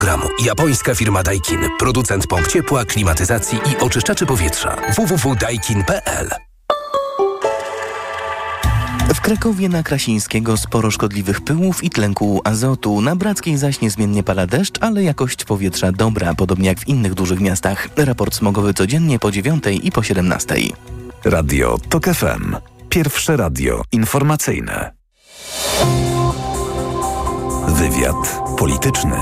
Gramu. Japońska firma Daikin. Producent pomp ciepła, klimatyzacji i oczyszczaczy powietrza. www.daikin.pl. W Krakowie na Krasińskiego sporo szkodliwych pyłów i tlenku azotu. Na Brackiej zaś niezmiennie pada deszcz, ale jakość powietrza dobra, podobnie jak w innych dużych miastach. Raport smogowy codziennie po 9 i po 17. Radio TOK FM. Pierwsze radio informacyjne. Wywiad polityczny.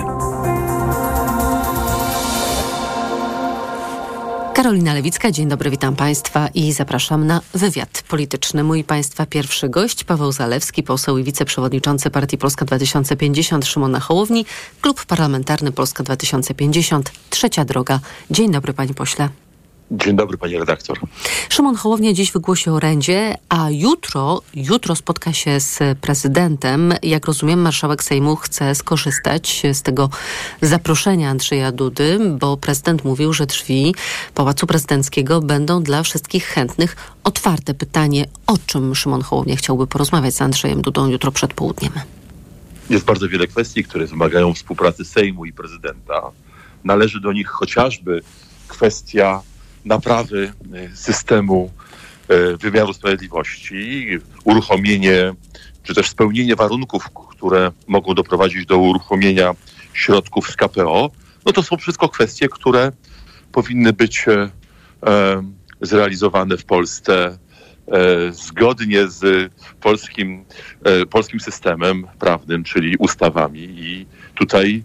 Karolina Lewicka, dzień dobry, witam Państwa i zapraszam na wywiad polityczny. Mój Państwa pierwszy gość, Paweł Zalewski, poseł i wiceprzewodniczący Partii Polska 2050, Szymon Hołowni, Klub Parlamentarny Polska 2050, Trzecia Droga. Dzień dobry, panie pośle. Dzień dobry, pani redaktor. Szymon Hołownia dziś wygłosi orędzie, a jutro spotka się z prezydentem. Jak rozumiem, marszałek Sejmu chce skorzystać z tego zaproszenia Andrzeja Dudy, bo prezydent mówił, że drzwi Pałacu Prezydenckiego będą dla wszystkich chętnych otwarte. Pytanie, o czym Szymon Hołownia chciałby porozmawiać z Andrzejem Dudą jutro przed południem? Jest bardzo wiele kwestii, które wymagają współpracy Sejmu i prezydenta. Należy do nich chociażby kwestia naprawy systemu wymiaru sprawiedliwości, uruchomienie czy też spełnienie warunków, które mogą doprowadzić do uruchomienia środków z KPO, no to są wszystko kwestie, które powinny być zrealizowane w Polsce zgodnie z polskim systemem prawnym, czyli ustawami. I tutaj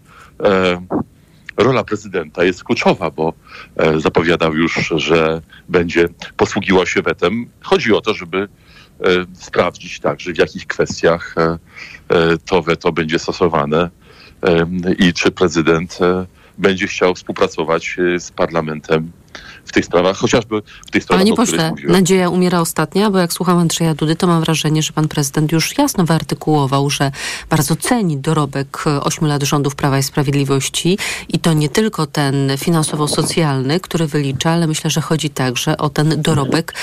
rola prezydenta jest kluczowa, bo zapowiadał już, że będzie posługiwał się wetem. Chodzi o to, żeby sprawdzić także, w jakich kwestiach to weto będzie stosowane i czy prezydent będzie chciał współpracować z parlamentem w tych sprawach, chociażby w tych sprawach, Panie pośle, nadzieja umiera ostatnia, bo jak słucham Andrzeja Dudy, to mam wrażenie, że pan prezydent już jasno wyartykułował, że bardzo ceni dorobek 8 lat rządów Prawa i Sprawiedliwości i to nie tylko ten finansowo-socjalny, który wylicza, ale myślę, że chodzi także o ten dorobek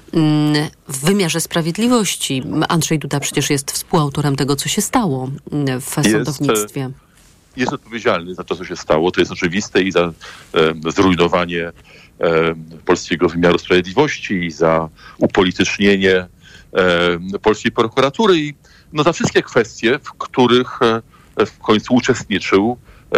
w wymiarze sprawiedliwości. Andrzej Duda przecież jest współautorem tego, co się stało w sądownictwie. Jest odpowiedzialny za to, co się stało. To jest oczywiste i za zrujnowanie polskiego wymiaru sprawiedliwości i za upolitycznienie polskiej prokuratury i za wszystkie kwestie, w których w końcu uczestniczył,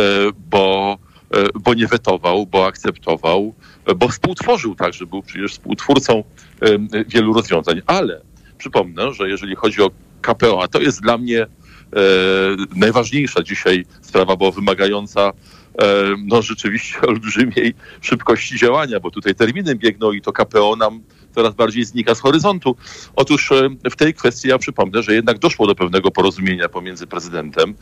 bo nie wetował, bo akceptował, bo współtworzył także, był przecież współtwórcą wielu rozwiązań. Ale przypomnę, że jeżeli chodzi o KPO, a to jest dla mnie najważniejsza dzisiaj sprawa, bo wymagająca rzeczywiście olbrzymiej szybkości działania, bo tutaj terminy biegną i to KPO nam coraz bardziej znika z horyzontu. Otóż w tej kwestii ja przypomnę, że jednak doszło do pewnego porozumienia pomiędzy prezydentem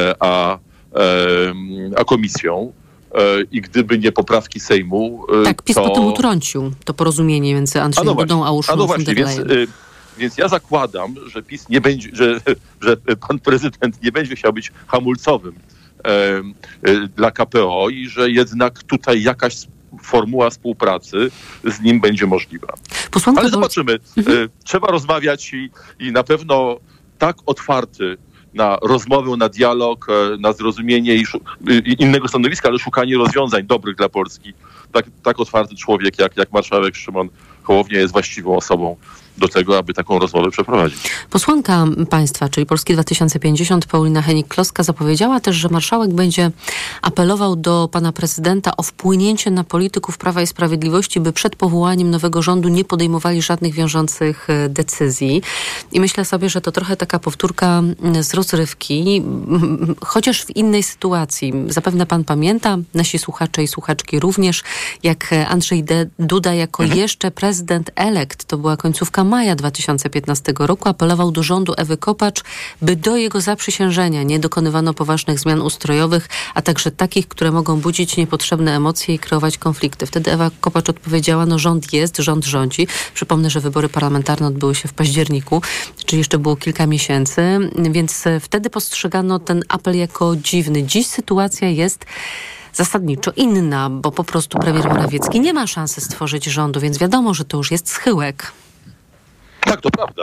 a komisją i gdyby nie poprawki Sejmu... Tak, PiS potem utrącił to porozumienie między Andrzejem Dudą a Urszulą von der Leyen. Więc ja zakładam, że PiS nie będzie, że pan prezydent nie będzie chciał być hamulcowym dla KPO i że jednak tutaj jakaś formuła współpracy z nim będzie możliwa. Ale zobaczymy. Trzeba rozmawiać i na pewno tak otwarty na rozmowę, na dialog, na zrozumienie i innego stanowiska, ale szukanie rozwiązań dobrych dla Polski. Tak otwarty człowiek jak marszałek Szymon Hołownia jest właściwą osobą do tego, aby taką rozmowę przeprowadzić. Posłanka państwa, czyli Polski 2050, Paulina Hennig-Kloska zapowiedziała też, że marszałek będzie apelował do pana prezydenta o wpłynięcie na polityków Prawa i Sprawiedliwości, by przed powołaniem nowego rządu nie podejmowali żadnych wiążących decyzji. I myślę sobie, że to trochę taka powtórka z rozrywki, chociaż w innej sytuacji. Zapewne pan pamięta, nasi słuchacze i słuchaczki również, jak Andrzej Duda jako jeszcze prezydent elekt, to była końcówka maja 2015 roku, apelował do rządu Ewy Kopacz, by do jego zaprzysiężenia nie dokonywano poważnych zmian ustrojowych, a także takich, które mogą budzić niepotrzebne emocje i kreować konflikty. Wtedy Ewa Kopacz odpowiedziała, rząd jest, rząd rządzi. Przypomnę, że wybory parlamentarne odbyły się w październiku, czyli jeszcze było kilka miesięcy, więc wtedy postrzegano ten apel jako dziwny. Dziś sytuacja jest zasadniczo inna, bo po prostu premier Morawiecki nie ma szansy stworzyć rządu, więc wiadomo, że to już jest schyłek. Tak, to prawda.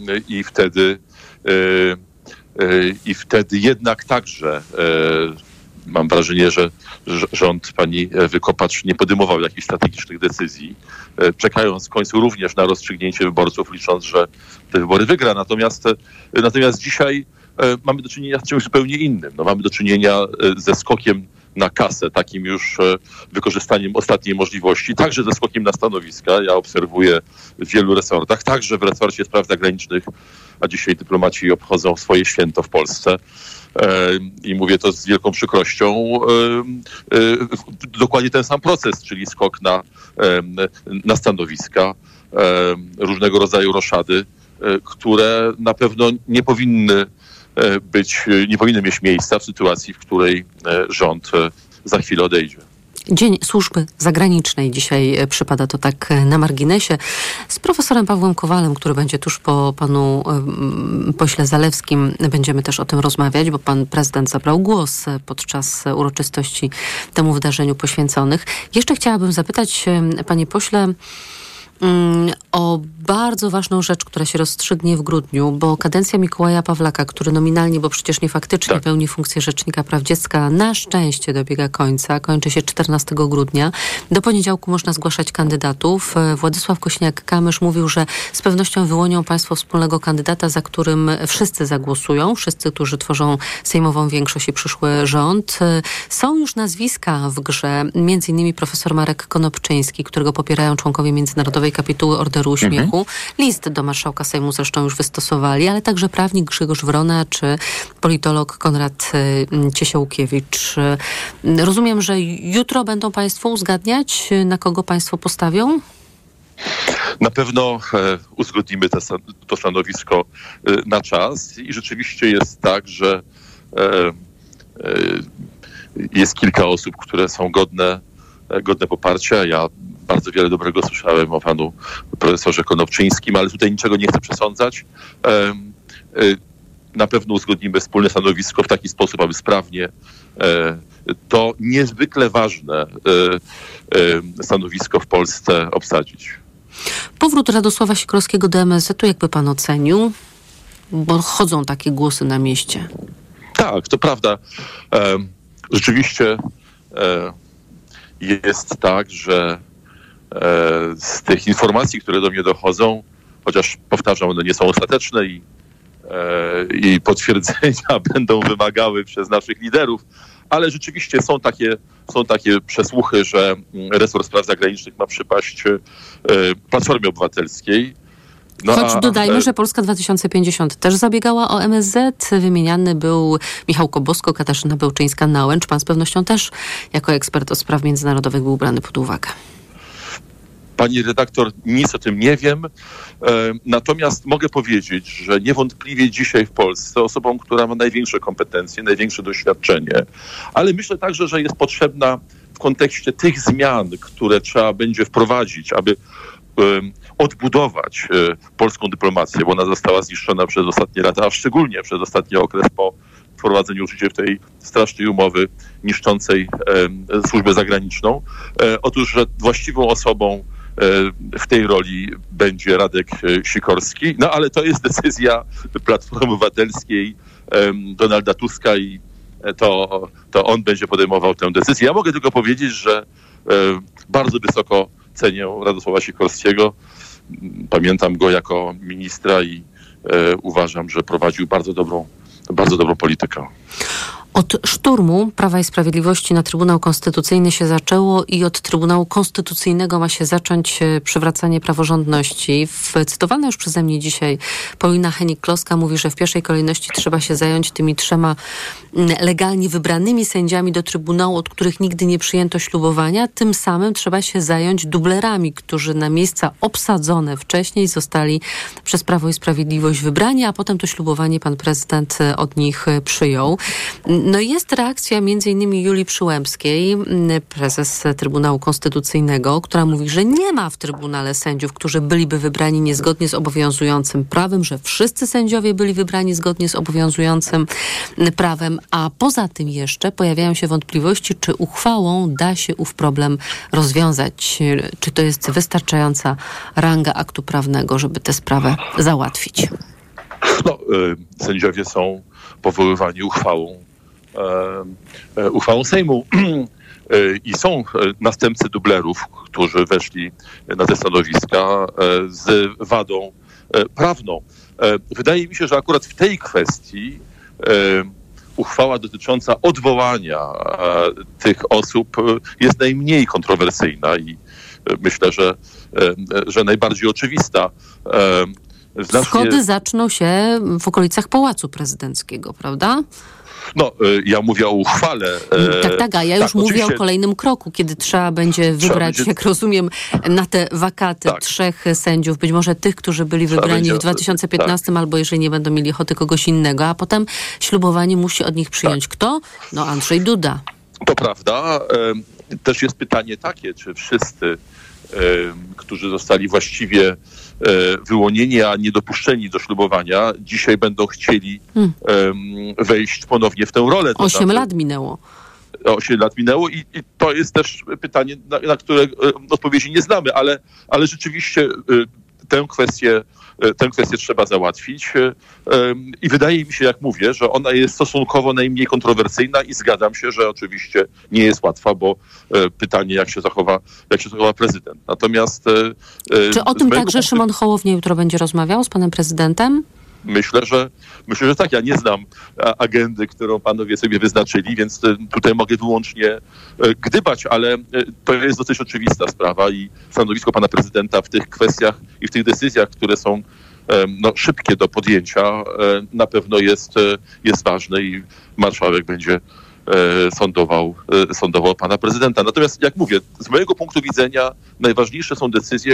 I wtedy jednak także mam wrażenie, że rząd pani Ewy Kopacz nie podejmował jakichś strategicznych decyzji, czekając w końcu również na rozstrzygnięcie wyborców, licząc, że te wybory wygra. Natomiast dzisiaj mamy do czynienia z czymś zupełnie innym. Mamy do czynienia ze skokiem na kasę, takim już wykorzystaniem ostatniej możliwości, także ze skokiem na stanowiska. Ja obserwuję w wielu resortach, także w resorcie spraw zagranicznych, a dzisiaj dyplomaci obchodzą swoje święto w Polsce. I mówię to z wielką przykrością, dokładnie ten sam proces, czyli skok na stanowiska, różnego rodzaju roszady, które na pewno nie powinny mieć miejsca w sytuacji, w której rząd za chwilę odejdzie. Dzień Służby Zagranicznej. Dzisiaj przypada to tak na marginesie. Z profesorem Pawłem Kowalem, który będzie tuż po panu pośle Zalewskim, będziemy też o tym rozmawiać, bo pan prezydent zabrał głos podczas uroczystości temu wydarzeniu poświęconych. Jeszcze chciałabym zapytać, panie pośle, o bardzo ważną rzecz, która się rozstrzygnie w grudniu, bo kadencja Mikołaja Pawlaka, który nominalnie, bo przecież nie faktycznie pełni funkcję Rzecznika Praw Dziecka, na szczęście dobiega końca. Kończy się 14 grudnia. Do poniedziałku można zgłaszać kandydatów. Władysław Kośniak-Kamysz mówił, że z pewnością wyłonią państwo wspólnego kandydata, za którym wszyscy zagłosują. Wszyscy, którzy tworzą sejmową większość i przyszły rząd. Są już nazwiska w grze, między innymi profesor Marek Konopczyński, którego popierają członkowie Międzynarodowej Kapituły Orderu Uśmiechu. List do marszałka Sejmu zresztą już wystosowali, ale także prawnik Grzegorz Wrona czy politolog Konrad Ciesiałkiewicz. Rozumiem, że jutro będą państwo uzgadniać, na kogo państwo postawią? Na pewno uzgodnimy to stanowisko na czas i rzeczywiście jest tak, że jest kilka osób, które są godne poparcia. Ja bardzo wiele dobrego słyszałem o panu profesorze Konopczyńskim, ale tutaj niczego nie chcę przesądzać. Na pewno uzgodnimy wspólne stanowisko w taki sposób, aby sprawnie to niezwykle ważne stanowisko w Polsce obsadzić. Powrót Radosława Sikorskiego do MSZ-u jakby pan ocenił? Bo chodzą takie głosy na mieście. Tak, to prawda. Rzeczywiście jest tak, że z tych informacji, które do mnie dochodzą, chociaż powtarzam, one nie są ostateczne i potwierdzenia będą wymagały przez naszych liderów, ale rzeczywiście są takie przesłuchy, że resort spraw zagranicznych ma przypaść Platformie Obywatelskiej. Choć dodajmy, że Polska 2050 też zabiegała o MSZ. Wymieniany był Michał Kobosko, Katarzyna Bełczyńska-Nałęcz. Pan z pewnością też jako ekspert do spraw międzynarodowych był brany pod uwagę. Pani redaktor, nic o tym nie wiem. Natomiast mogę powiedzieć, że niewątpliwie dzisiaj w Polsce osobą, która ma największe kompetencje, największe doświadczenie, ale myślę także, że jest potrzebna w kontekście tych zmian, które trzeba będzie wprowadzić, aby odbudować polską dyplomację, bo ona została zniszczona przez ostatnie lata, a szczególnie przez ostatni okres po wprowadzeniu w życie tej strasznej umowy niszczącej służbę zagraniczną. Otóż, że właściwą osobą w tej roli będzie Radek Sikorski, ale to jest decyzja Platformy Obywatelskiej, Donalda Tuska i to on będzie podejmował tę decyzję. Ja mogę tylko powiedzieć, że bardzo wysoko cenię Radosława Sikorskiego. Pamiętam go jako ministra i uważam, że prowadził bardzo dobrą politykę. Od szturmu Prawa i Sprawiedliwości na Trybunał Konstytucyjny się zaczęło i od Trybunału Konstytucyjnego ma się zacząć przywracanie praworządności. Cytowana już przeze mnie dzisiaj Paulina Hennig-Kloska mówi, że w pierwszej kolejności trzeba się zająć tymi 3 legalnie wybranymi sędziami do Trybunału, od których nigdy nie przyjęto ślubowania. Tym samym trzeba się zająć dublerami, którzy na miejsca obsadzone wcześniej zostali przez Prawo i Sprawiedliwość wybrani, a potem to ślubowanie pan prezydent od nich przyjął. No jest reakcja między innymi Julii Przyłębskiej, prezes Trybunału Konstytucyjnego, która mówi, że nie ma w Trybunale sędziów, którzy byliby wybrani niezgodnie z obowiązującym prawem, że wszyscy sędziowie byli wybrani zgodnie z obowiązującym prawem, a poza tym jeszcze pojawiają się wątpliwości, czy uchwałą da się ów problem rozwiązać. Czy to jest wystarczająca ranga aktu prawnego, żeby tę sprawę załatwić? Sędziowie są powoływani uchwałą uchwałą Sejmu i są następcy dublerów, którzy weszli na te stanowiska z wadą prawną. Wydaje mi się, że akurat w tej kwestii uchwała dotycząca odwołania tych osób jest najmniej kontrowersyjna i myślę, że najbardziej oczywista. Schody zaczną się w okolicach Pałacu Prezydenckiego, prawda? No, ja mówię o uchwale. Tak, a ja już mówię o kolejnym kroku, kiedy trzeba będzie wybrać, jak rozumiem, na te wakaty 3 sędziów, być może tych, którzy byli wybrani w 2015, albo jeżeli nie będą mieli ochoty, kogoś innego, a potem ślubowanie musi od nich przyjąć kto? No, Andrzej Duda. To prawda. Też jest pytanie takie, czy wszyscy, którzy zostali właściwie wyłonieni, a nie dopuszczeni do ślubowania, dzisiaj będą chcieli wejść ponownie w tę rolę. 8 lat minęło. 8 lat minęło i to jest też pytanie, na które odpowiedzi nie znamy, ale rzeczywiście tę kwestię trzeba załatwić i wydaje mi się, jak mówię, że ona jest stosunkowo najmniej kontrowersyjna i zgadzam się, że oczywiście nie jest łatwa, bo pytanie, jak się zachowa prezydent. Natomiast... Czy o tym także Szymon Hołownia jutro będzie rozmawiał z panem prezydentem? Myślę, że tak. Ja nie znam agendy, którą panowie sobie wyznaczyli, więc tutaj mogę wyłącznie gdybać, ale to jest dosyć oczywista sprawa i stanowisko pana prezydenta w tych kwestiach i w tych decyzjach, które są szybkie do podjęcia, na pewno jest ważne i marszałek będzie sądował pana prezydenta. Natomiast, jak mówię, z mojego punktu widzenia najważniejsze są decyzje,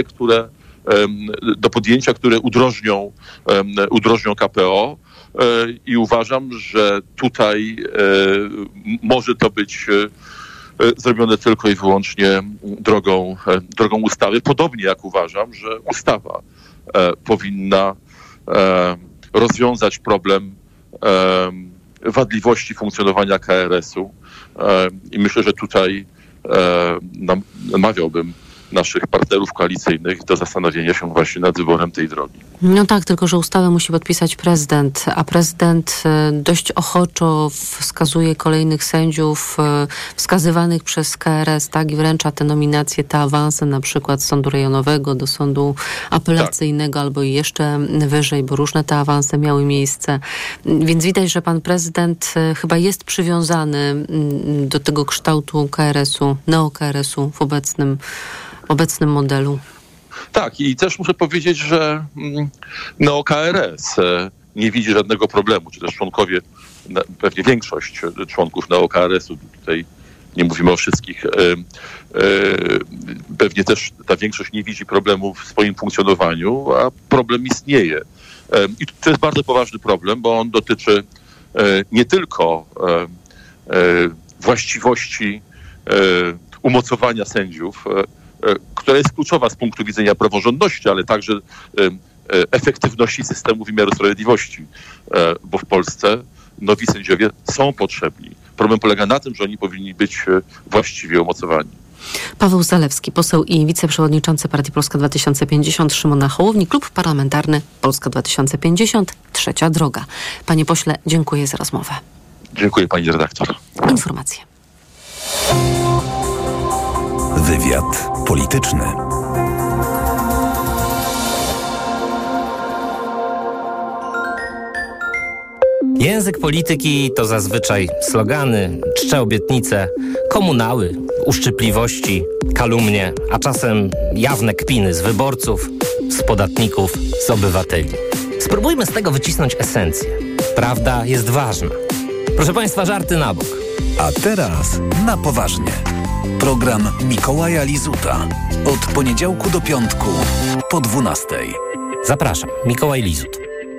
do podjęcia, które udrożnią KPO i uważam, że tutaj może to być zrobione tylko i wyłącznie drogą ustawy. Podobnie jak uważam, że ustawa powinna rozwiązać problem wadliwości funkcjonowania KRS-u i myślę, że tutaj namawiałbym naszych partnerów koalicyjnych do zastanowienia się właśnie nad wyborem tej drogi. No tak, tylko że ustawę musi podpisać prezydent, a prezydent dość ochoczo wskazuje kolejnych sędziów wskazywanych przez KRS, tak, i wręcza te nominacje, te awanse na przykład z sądu rejonowego do sądu apelacyjnego albo i jeszcze wyżej, bo różne te awanse miały miejsce. Więc widać, że pan prezydent chyba jest przywiązany do tego kształtu KRS-u, neo-KRS-u w obecnym modelu. Tak, i też muszę powiedzieć, że neo-KRS nie widzi żadnego problemu, czy też członkowie, pewnie większość członków neo-KRS-u, tutaj nie mówimy o wszystkich, pewnie też ta większość nie widzi problemu w swoim funkcjonowaniu, a problem istnieje. I to jest bardzo poważny problem, bo on dotyczy nie tylko właściwości umocowania sędziów, która jest kluczowa z punktu widzenia praworządności, ale także efektywności systemu wymiaru sprawiedliwości, bo w Polsce nowi sędziowie są potrzebni. Problem polega na tym, że oni powinni być właściwie umocowani. Paweł Zalewski, poseł i wiceprzewodniczący Partii Polska 2050, Szymona Hołowni, Klub Parlamentarny Polska 2050, Trzecia Droga. Panie pośle, dziękuję za rozmowę. Dziękuję pani redaktor. Informacje. Wywiad polityczny. Język polityki to zazwyczaj slogany, czcze obietnice, komunały, uszczypliwości, kalumnie, a czasem jawne kpiny z wyborców, z podatników, z obywateli. Spróbujmy z tego wycisnąć esencję. Prawda jest ważna. Proszę państwa, żarty na bok. A teraz na poważnie. Program Mikołaja Lizuta. Od poniedziałku do piątku po 12:00. Zapraszam, Mikołaj Lizut.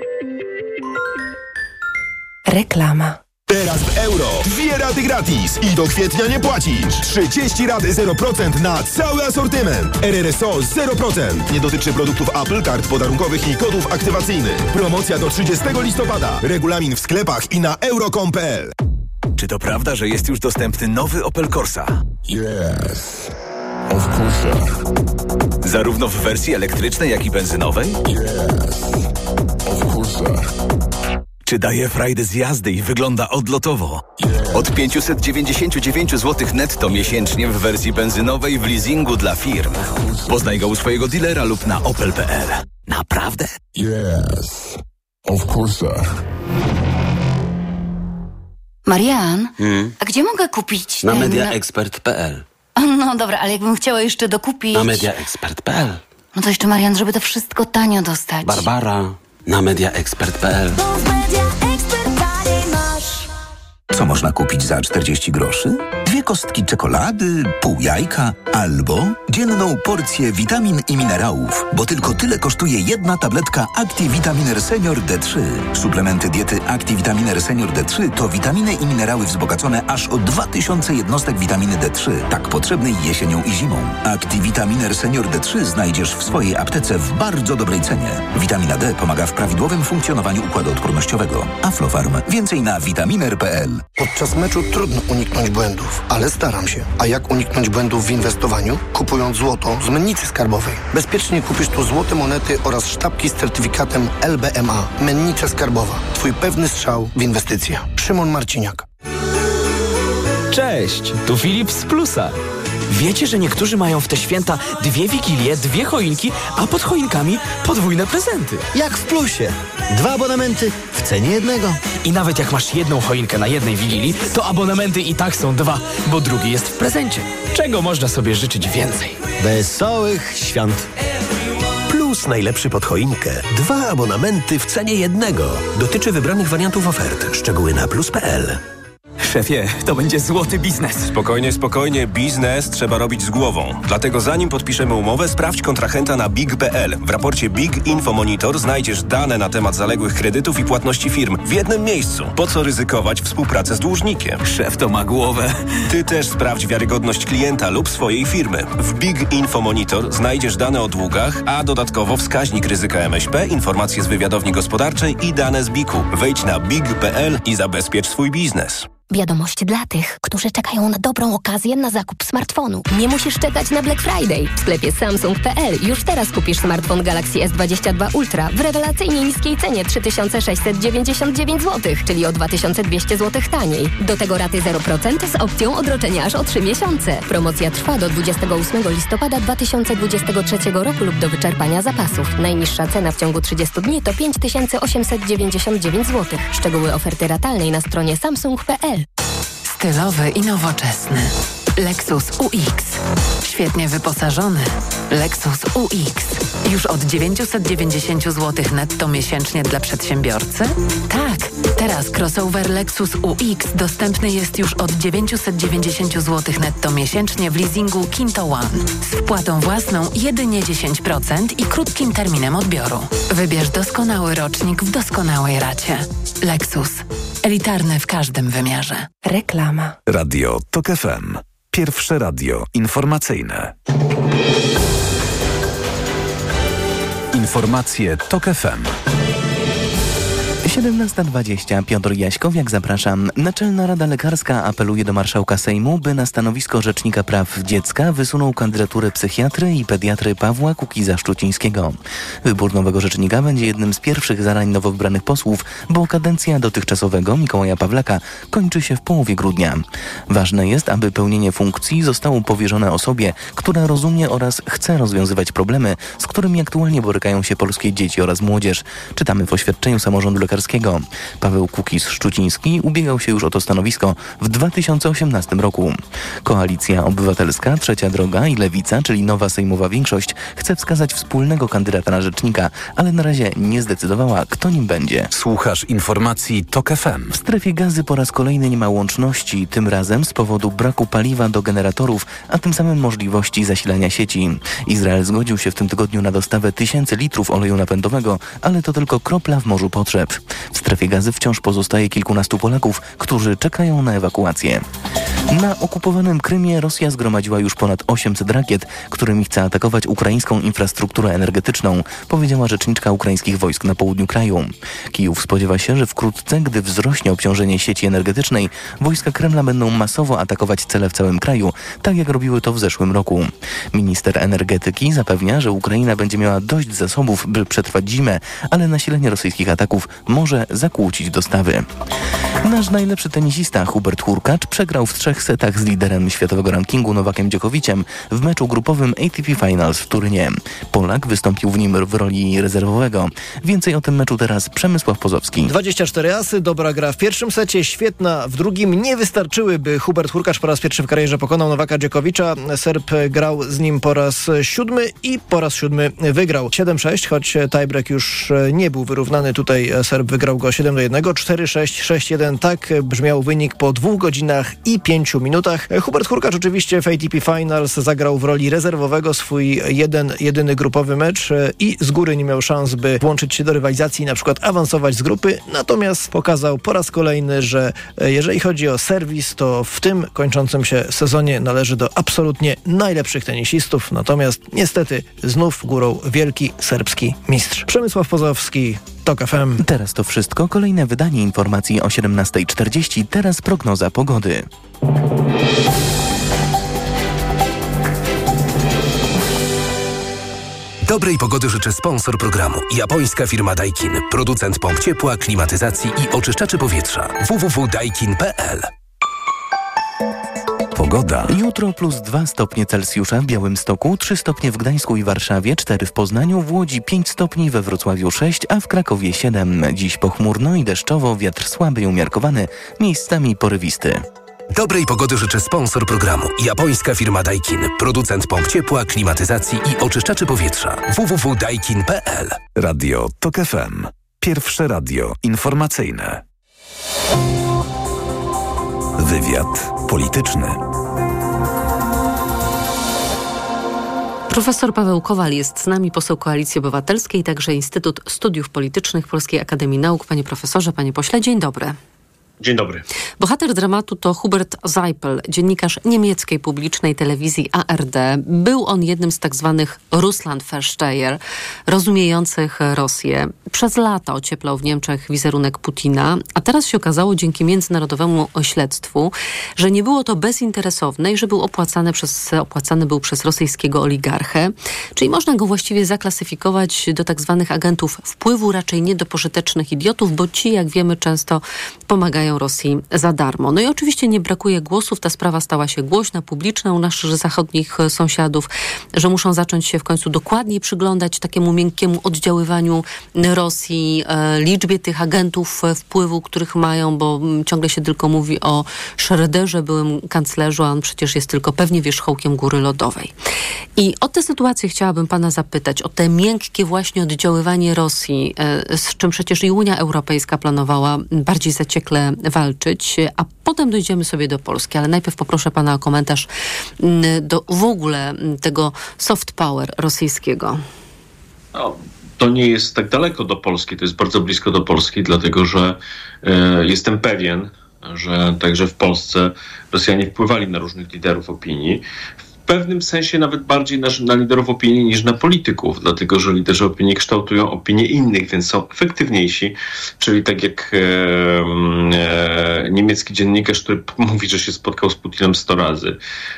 Reklama. Teraz w euro 2 raty gratis i do kwietnia nie płacisz. 30 rat 0% na cały asortyment. RRSO 0%. Nie dotyczy produktów Apple, kart podarunkowych i kodów aktywacyjnych. Promocja do 30 listopada. Regulamin w sklepach i na euro.com.pl. Czy to prawda, że jest już dostępny nowy Opel Corsa? Yes. Of course. Zarówno w wersji elektrycznej, jak i benzynowej? Yes. Of course. czy daje frajdę z jazdy i wygląda odlotowo. Od 599 zł netto miesięcznie w wersji benzynowej w leasingu dla firm. Poznaj go u swojego dealera lub na opel.pl. Naprawdę? Yes. Of course, sir. Marian, a gdzie mogę kupić Na mediaexpert.pl. No dobra, ale jakbym chciała jeszcze dokupić... Na mediaexpert.pl. No to jeszcze, Marian, żeby to wszystko tanio dostać. Barbara, na mediaexpert.pl. Co można kupić za 40 groszy? 2 kostki czekolady, pół jajka albo dzienną porcję witamin i minerałów, bo tylko tyle kosztuje jedna tabletka ActiVitaminer Senior D3. Suplementy diety ActiVitaminer Senior D3 to witaminy i minerały wzbogacone aż o 2000 jednostek witaminy D3, tak potrzebnej jesienią i zimą. ActiVitaminer Senior D3 znajdziesz w swojej aptece w bardzo dobrej cenie. Witamina D pomaga w prawidłowym funkcjonowaniu układu odpornościowego. Aflofarm. Więcej na vitaminer.pl. Podczas meczu trudno uniknąć błędów, ale staram się. A jak uniknąć błędów w inwestowaniu? Kupując złoto z mennicy skarbowej. Bezpiecznie kupisz tu złote monety oraz sztabki z certyfikatem LBMA. Mennica skarbowa. Twój pewny strzał w inwestycje. Szymon Marciniak. Cześć, tu Filip z Plusa. Wiecie, że niektórzy mają w te święta 2 wigilie, 2 choinki, a pod choinkami podwójne prezenty. Jak w Plusie. 2 abonamenty w cenie jednego. I nawet jak masz jedną choinkę na jednej wigilii, to abonamenty i tak są 2, bo drugi jest w prezencie. Czego można sobie życzyć więcej? Wesołych świąt. Plus najlepszy pod choinkę. 2 abonamenty w cenie jednego. Dotyczy wybranych wariantów ofert. Szczegóły na plus.pl. Szefie, to będzie złoty biznes. Spokojnie, biznes trzeba robić z głową. Dlatego zanim podpiszemy umowę, sprawdź kontrahenta na big.pl. W raporcie Big Info Monitor znajdziesz dane na temat zaległych kredytów i płatności firm w jednym miejscu. Po co ryzykować współpracę z dłużnikiem? Szef to ma głowę. Ty też sprawdź wiarygodność klienta lub swojej firmy. W Big Info Monitor znajdziesz dane o długach, a dodatkowo wskaźnik ryzyka MŚP, informacje z wywiadowni gospodarczej i dane z BIK-u. Wejdź na big.pl i zabezpiecz swój biznes. Wiadomość dla tych, którzy czekają na dobrą okazję na zakup smartfonu. Nie musisz czekać na Black Friday. W sklepie Samsung.pl już teraz kupisz smartfon Galaxy S22 Ultra w rewelacyjnie niskiej cenie 3699 zł, czyli o 2200 zł taniej. Do tego raty 0% z opcją odroczenia aż o 3 miesiące. Promocja trwa do 28 listopada 2023 roku lub do wyczerpania zapasów. Najniższa cena w ciągu 30 dni to 5899 zł. Szczegóły oferty ratalnej na stronie Samsung.pl. Stylowy i nowoczesny. Lexus UX. Świetnie wyposażony. Lexus UX. Już od 990 zł netto miesięcznie dla przedsiębiorcy? Tak, teraz crossover Lexus UX dostępny jest już od 990 zł netto miesięcznie w leasingu Kinto One. Z wpłatą własną jedynie 10% i krótkim terminem odbioru. Wybierz doskonały rocznik w doskonałej racie. Lexus. Elitarny w każdym wymiarze. Reklama. Radio TOK FM. Pierwsze radio informacyjne. Informacje TOK FM. 17:20. Piotr Jaśkowiak, zapraszam. Naczelna Rada Lekarska apeluje do marszałka Sejmu, by na stanowisko Rzecznika Praw Dziecka wysunął kandydaturę psychiatry i pediatry Pawła Kukiza-Szczucińskiego. Wybór nowego rzecznika będzie jednym z pierwszych zadań nowo wybranych posłów, bo kadencja dotychczasowego Mikołaja Pawlaka kończy się w połowie grudnia. Ważne jest, aby pełnienie funkcji zostało powierzone osobie, która rozumie oraz chce rozwiązywać problemy, z którymi aktualnie borykają się polskie dzieci oraz młodzież. Czytamy w oświadczeniu samorządu lekarskiego. Paweł Kukiz-Szczuciński ubiegał się już o to stanowisko w 2018 roku. Koalicja Obywatelska, Trzecia Droga i Lewica, czyli nowa sejmowa większość, chce wskazać wspólnego kandydata na rzecznika, ale na razie nie zdecydowała, kto nim będzie. Słuchasz informacji TOK FM. W strefie Gazy po raz kolejny nie ma łączności, tym razem z powodu braku paliwa do generatorów, a tym samym możliwości zasilania sieci. Izrael zgodził się w tym tygodniu na dostawę 1000 litrów oleju napędowego, ale to tylko kropla w morzu potrzeb. W strefie Gazy wciąż pozostaje kilkunastu Polaków, którzy czekają na ewakuację. Na okupowanym Krymie Rosja zgromadziła już ponad 800 rakiet, którymi chce atakować ukraińską infrastrukturę energetyczną, powiedziała rzeczniczka ukraińskich wojsk na południu kraju. Kijów spodziewa się, że wkrótce, gdy wzrośnie obciążenie sieci energetycznej, wojska Kremla będą masowo atakować cele w całym kraju, tak jak robiły to w zeszłym roku. Minister energetyki zapewnia, że Ukraina będzie miała dość zasobów, by przetrwać zimę, ale nasilenie rosyjskich ataków może zakłócić dostawy. Nasz najlepszy tenisista Hubert Hurkacz przegrał w 3 setach z liderem światowego rankingu Nowakiem Dżokowiciem w meczu grupowym ATP Finals w Turynie. Polak wystąpił w nim w roli rezerwowego. Więcej o tym meczu teraz Przemysław Pozowski. 24 asy, dobra gra w pierwszym secie, świetna w drugim. Nie wystarczyły, by Hubert Hurkacz po raz pierwszy w karierze pokonał Nowaka Dżokowicza. Serb grał z nim po raz 7 i po raz 7 wygrał. 7-6, choć tiebreak już nie był wyrównany. Tutaj Serb wygrał go 7-1, 4-6, 6-1. Tak brzmiał wynik po 2 godzinach i 5 minutach. Hubert Hurkacz oczywiście w ATP Finals zagrał w roli rezerwowego swój jedyny grupowy mecz i z góry nie miał szans, by włączyć się do rywalizacji i na przykład awansować z grupy. Natomiast pokazał po raz kolejny, że jeżeli chodzi o serwis, to w tym kończącym się sezonie należy do absolutnie najlepszych tenisistów. Natomiast niestety znów górą wielki serbski mistrz. Przemysław Pozowski, TOK FM. Teraz to wszystko. Kolejne wydanie informacji o 17:40. Teraz prognoza pogody. Dobrej pogody życzy sponsor programu. Japońska firma Daikin. Producent pomp ciepła, klimatyzacji i oczyszczaczy powietrza. www.daikin.pl. Pogoda. Jutro +2 stopnie Celsjusza w Białymstoku, 3 stopnie w Gdańsku i Warszawie, 4 w Poznaniu, w Łodzi 5 stopni, we Wrocławiu 6, a w Krakowie 7. Dziś pochmurno i deszczowo, wiatr słaby i umiarkowany, miejscami porywisty. Dobrej pogody życzy sponsor programu. Japońska firma Daikin. Producent pomp ciepła, klimatyzacji i oczyszczaczy powietrza. www.daikin.pl. Radio TOK FM. Pierwsze radio informacyjne. Wywiad polityczny. Profesor Paweł Kowal jest z nami, poseł Koalicji Obywatelskiej, także Instytut Studiów Politycznych Polskiej Akademii Nauk. Panie profesorze, panie pośle, dzień dobry. Dzień dobry. Bohater dramatu to Hubert Seipel, dziennikarz niemieckiej publicznej telewizji ARD. Był on jednym z tak zwanych Russlandversteher, rozumiejących Rosję. Przez lata ocieplał w Niemczech wizerunek Putina, a teraz się okazało dzięki międzynarodowemu śledztwu, że nie było to bezinteresowne i że był opłacany był przez rosyjskiego oligarchę. Czyli można go właściwie zaklasyfikować do tak zwanych agentów wpływu, raczej nie do pożytecznych idiotów, bo ci, jak wiemy, często pomagają Rosji za darmo. No i oczywiście nie brakuje głosów. Ta sprawa stała się głośna, publiczna u naszych zachodnich sąsiadów, że muszą zacząć się w końcu dokładniej przyglądać takiemu miękkiemu oddziaływaniu Rosji, liczbie tych agentów wpływu, których mają, bo ciągle się tylko mówi o Schröderze, byłym kanclerzu, a on przecież jest tylko pewnie wierzchołkiem góry lodowej. I o tę sytuację chciałabym pana zapytać, o te miękkie właśnie oddziaływanie Rosji, z czym przecież i Unia Europejska planowała bardziej zaciekle walczyć, a potem dojdziemy sobie do Polski, ale najpierw poproszę pana o komentarz do w ogóle tego soft power rosyjskiego. No, to nie jest tak daleko do Polski, to jest bardzo blisko do Polski, dlatego że jestem pewien, że także w Polsce Rosjanie wpływali na różnych liderów opinii. W pewnym sensie nawet bardziej na liderów opinii niż na polityków, dlatego że liderzy opinii kształtują opinię innych, więc są efektywniejsi. Czyli tak jak niemiecki dziennikarz, który mówi, że się spotkał z Putinem 100 razy,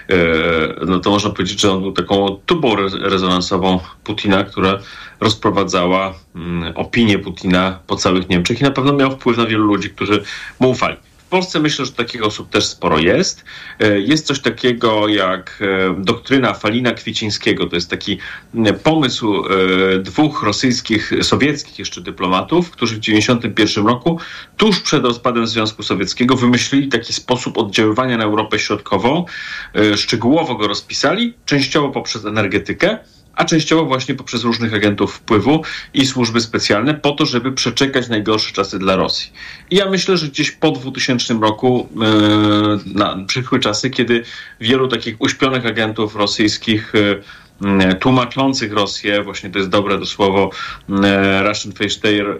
no to można powiedzieć, że on był taką tubą rezonansową Putina, która rozprowadzała opinię Putina po całych Niemczech i na pewno miał wpływ na wielu ludzi, którzy mu ufali. W Polsce myślę, że takich osób też sporo jest. Jest coś takiego jak doktryna Falina-Kwiecińskiego. To jest taki pomysł dwóch rosyjskich, sowieckich jeszcze dyplomatów, którzy w 1991 roku, tuż przed rozpadem Związku Sowieckiego, wymyślili taki sposób oddziaływania na Europę Środkową. Szczegółowo go rozpisali, częściowo poprzez energetykę, a częściowo właśnie poprzez różnych agentów wpływu i służby specjalne po to, żeby przeczekać najgorsze czasy dla Rosji. I ja myślę, że gdzieś po 2000 roku przyszły czasy, kiedy wielu takich uśpionych agentów rosyjskich tłumaczących Rosję, właśnie to jest dobre to słowo Russian Feinstein,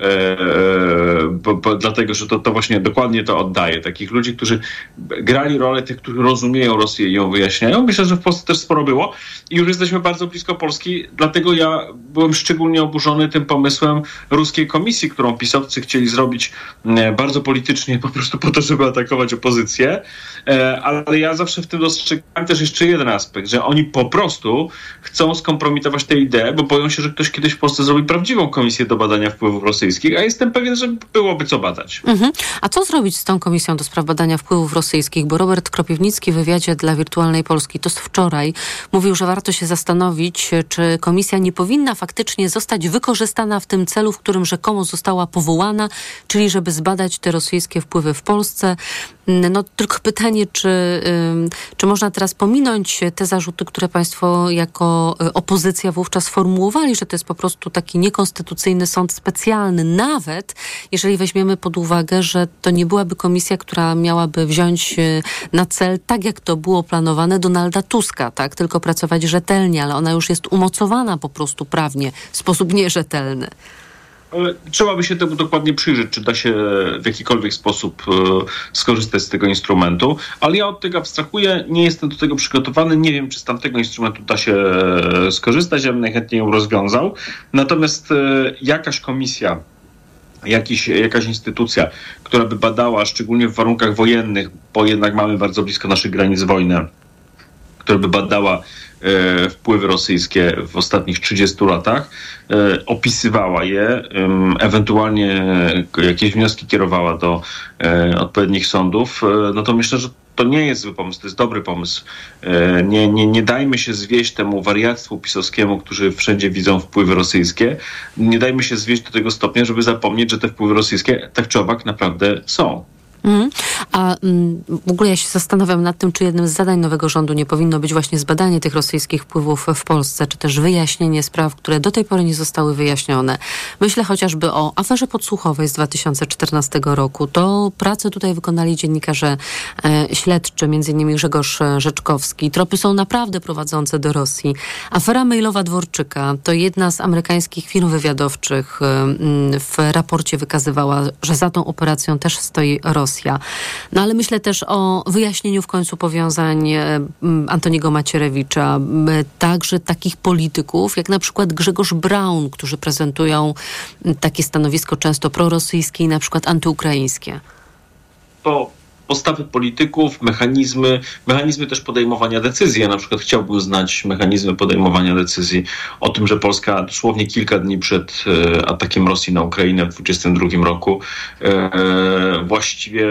dlatego, że to właśnie dokładnie to oddaje. Takich ludzi, którzy grali rolę tych, którzy rozumieją Rosję i ją wyjaśniają. Myślę, że w Polsce też sporo było i już jesteśmy bardzo blisko Polski, dlatego ja byłem szczególnie oburzony tym pomysłem ruskiej komisji, którą pisowcy chcieli zrobić bardzo politycznie, po prostu po to, żeby atakować opozycję, ale ja zawsze w tym dostrzegam też jeszcze jeden aspekt, że oni po prostu chcą skompromitować tę ideę, bo boją się, że ktoś kiedyś w Polsce zrobi prawdziwą komisję do badania wpływów rosyjskich, a jestem pewien, że byłoby co badać. A co zrobić z tą komisją do spraw badania wpływów rosyjskich? Bo Robert Kropiwnicki w wywiadzie dla Wirtualnej Polski, to z wczoraj, mówił, że warto się zastanowić, czy komisja nie powinna faktycznie zostać wykorzystana w tym celu, w którym rzekomo została powołana, czyli żeby zbadać te rosyjskie wpływy w Polsce. No tylko pytanie, czy można teraz pominąć te zarzuty, które państwo jako opozycja wówczas formułowali, że to jest po prostu taki niekonstytucyjny sąd specjalny, nawet jeżeli weźmiemy pod uwagę, że to nie byłaby komisja, która miałaby wziąć na cel, tak jak to było planowane, Donalda Tuska, tak? Tylko pracować rzetelnie, ale ona już jest umocowana po prostu prawnie w sposób nierzetelny. Trzeba by się temu dokładnie przyjrzeć, czy da się w jakikolwiek sposób skorzystać z tego instrumentu, ale ja od tego abstrahuję, nie jestem do tego przygotowany, nie wiem, czy z tamtego instrumentu da się skorzystać, ja bym najchętniej ją rozwiązał. Natomiast jakaś komisja, jakaś instytucja, która by badała, szczególnie w warunkach wojennych, bo jednak mamy bardzo blisko naszych granic wojnę, która by badała wpływy rosyjskie w ostatnich 30 latach, opisywała je, ewentualnie jakieś wnioski kierowała do odpowiednich sądów, no to myślę, że to nie jest zły pomysł, to jest dobry pomysł. Nie dajmy się zwieść temu wariactwu pisowskiemu, którzy wszędzie widzą wpływy rosyjskie. Nie dajmy się zwieść do tego stopnia, żeby zapomnieć, że te wpływy rosyjskie tak czy owak naprawdę są. A w ogóle ja się zastanawiam nad tym, czy jednym z zadań nowego rządu nie powinno być właśnie zbadanie tych rosyjskich wpływów w Polsce, czy też wyjaśnienie spraw, które do tej pory nie zostały wyjaśnione. Myślę chociażby o aferze podsłuchowej z 2014 roku. To pracę tutaj wykonali dziennikarze śledczy, m.in. Grzegorz Rzeczkowski. Tropy są naprawdę prowadzące do Rosji. Afera mailowa Dworczyka to jedna z amerykańskich firm wywiadowczych w raporcie wykazywała, że za tą operacją też stoi Rosja. No ale myślę też o wyjaśnieniu w końcu powiązań Antoniego Macierewicza, także takich polityków, jak na przykład Grzegorz Braun, którzy prezentują takie stanowisko często prorosyjskie i na przykład antyukraińskie. To postawy polityków, mechanizmy też podejmowania decyzji. Ja na przykład chciałbym znać mechanizmy podejmowania decyzji o tym, że Polska dosłownie kilka dni przed atakiem Rosji na Ukrainę w 2022 roku właściwie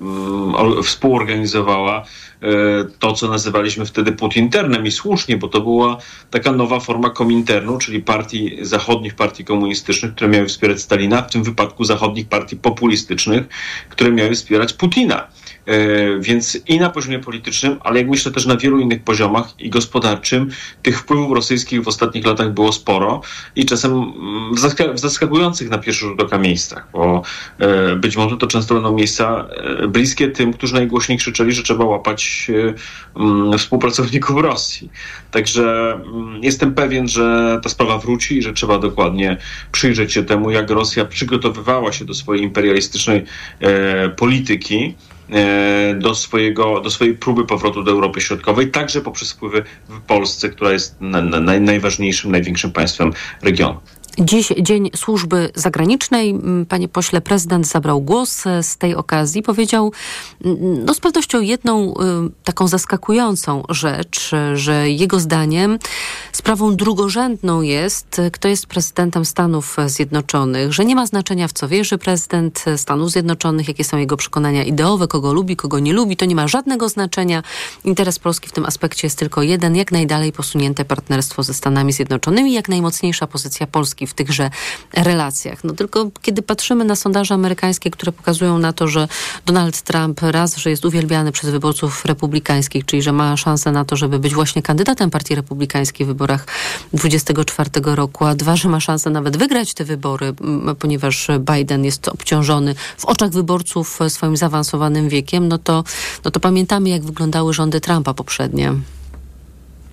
współorganizowała to, co nazywaliśmy wtedy Putinternem i słusznie, bo to była taka nowa forma Kominternu, czyli zachodnich partii komunistycznych, które miały wspierać Stalina, w tym wypadku zachodnich partii populistycznych, które miały wspierać Putina. Więc i na poziomie politycznym, ale jak myślę też na wielu innych poziomach i gospodarczym, tych wpływów rosyjskich w ostatnich latach było sporo i czasem w zaskakujących na pierwszy rzut oka miejscach, bo być może to często będą miejsca bliskie tym, którzy najgłośniej krzyczeli, że trzeba łapać współpracowników Rosji. Także jestem pewien, że ta sprawa wróci i że trzeba dokładnie przyjrzeć się temu, jak Rosja przygotowywała się do swojej imperialistycznej polityki, do swojej próby powrotu do Europy Środkowej, także poprzez wpływy w Polsce, która jest najważniejszym, największym państwem regionu. Dziś Dzień Służby Zagranicznej. Panie pośle, prezydent zabrał głos z tej okazji. Powiedział z pewnością jedną taką zaskakującą rzecz, że jego zdaniem sprawą drugorzędną jest, kto jest prezydentem Stanów Zjednoczonych, że nie ma znaczenia, w co wierzy prezydent Stanów Zjednoczonych, jakie są jego przekonania ideowe, kogo lubi, kogo nie lubi. To nie ma żadnego znaczenia. Interes Polski w tym aspekcie jest tylko jeden, jak najdalej posunięte partnerstwo ze Stanami Zjednoczonymi, jak najmocniejsza pozycja Polski w tychże relacjach. No tylko kiedy patrzymy na sondaże amerykańskie, które pokazują na to, że Donald Trump raz, że jest uwielbiany przez wyborców republikańskich, czyli że ma szansę na to, żeby być właśnie kandydatem Partii Republikańskiej w wyborach 2024 roku, a dwa, że ma szansę nawet wygrać te wybory, ponieważ Biden jest obciążony w oczach wyborców swoim zaawansowanym wiekiem, no to pamiętamy, jak wyglądały rządy Trumpa poprzednie.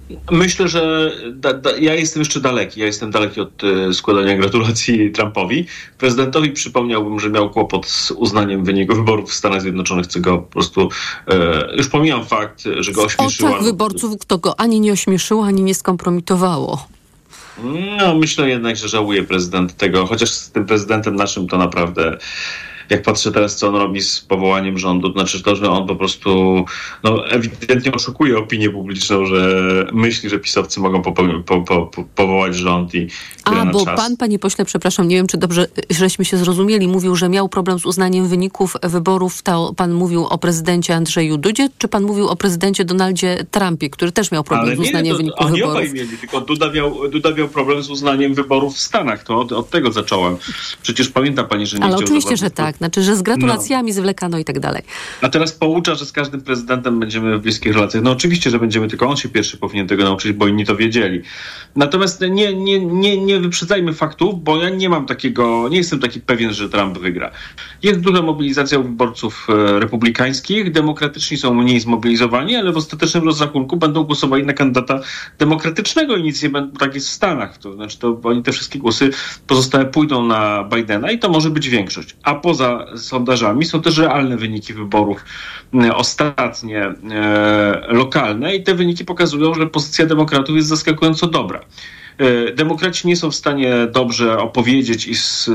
Myślę, że ja jestem jeszcze daleki. Ja jestem daleki od składania gratulacji Trumpowi. Prezydentowi przypomniałbym, że miał kłopot z uznaniem wyniku wyborów w Stanach Zjednoczonych, co go po prostu... już pomijam fakt, że go ośmieszyło. W oczach wyborców to go ani nie ośmieszyło, ani nie skompromitowało. No, myślę jednak, że żałuje prezydent tego, chociaż z tym prezydentem naszym to naprawdę... Jak patrzę teraz, co on robi z powołaniem rządu, to znaczy to, że on po prostu ewidentnie oszukuje opinię publiczną, że myśli, że pisowcy mogą powołać rząd i gra na bo czas. pan, panie pośle, przepraszam, nie wiem, czy dobrze żeśmy się zrozumieli, mówił, że miał problem z uznaniem wyników wyborów. Pan mówił o prezydencie Andrzeju Dudzie, czy pan mówił o prezydencie Donaldzie Trumpie, który też miał problem z uznaniem wyników wyborów? Oni obaj mieli, tylko Duda miał problem z uznaniem wyborów w Stanach. To od tego zacząłem. Przecież pamięta pani, że nie Ale chciał oczywiście, że tak. Znaczy, że z gratulacjami zwlekano i tak dalej. A teraz poucza, że z każdym prezydentem będziemy w bliskich relacjach. No oczywiście, że będziemy, tylko on się pierwszy powinien tego nauczyć, bo inni to wiedzieli. Natomiast nie wyprzedzajmy faktów, bo ja nie jestem taki pewien, że Trump wygra. Jest duża mobilizacja wyborców republikańskich, demokratyczni są mniej zmobilizowani, ale w ostatecznym rozrachunku będą głosowali na kandydata demokratycznego i nic nie będzie, tak jest w Stanach. To znaczy, oni te wszystkie głosy pozostałe pójdą na Bidena i to może być większość. A poza sondażami są też realne wyniki wyborów ostatnie, lokalne i te wyniki pokazują, że pozycja demokratów jest zaskakująco dobra. Demokraci nie są w stanie dobrze opowiedzieć i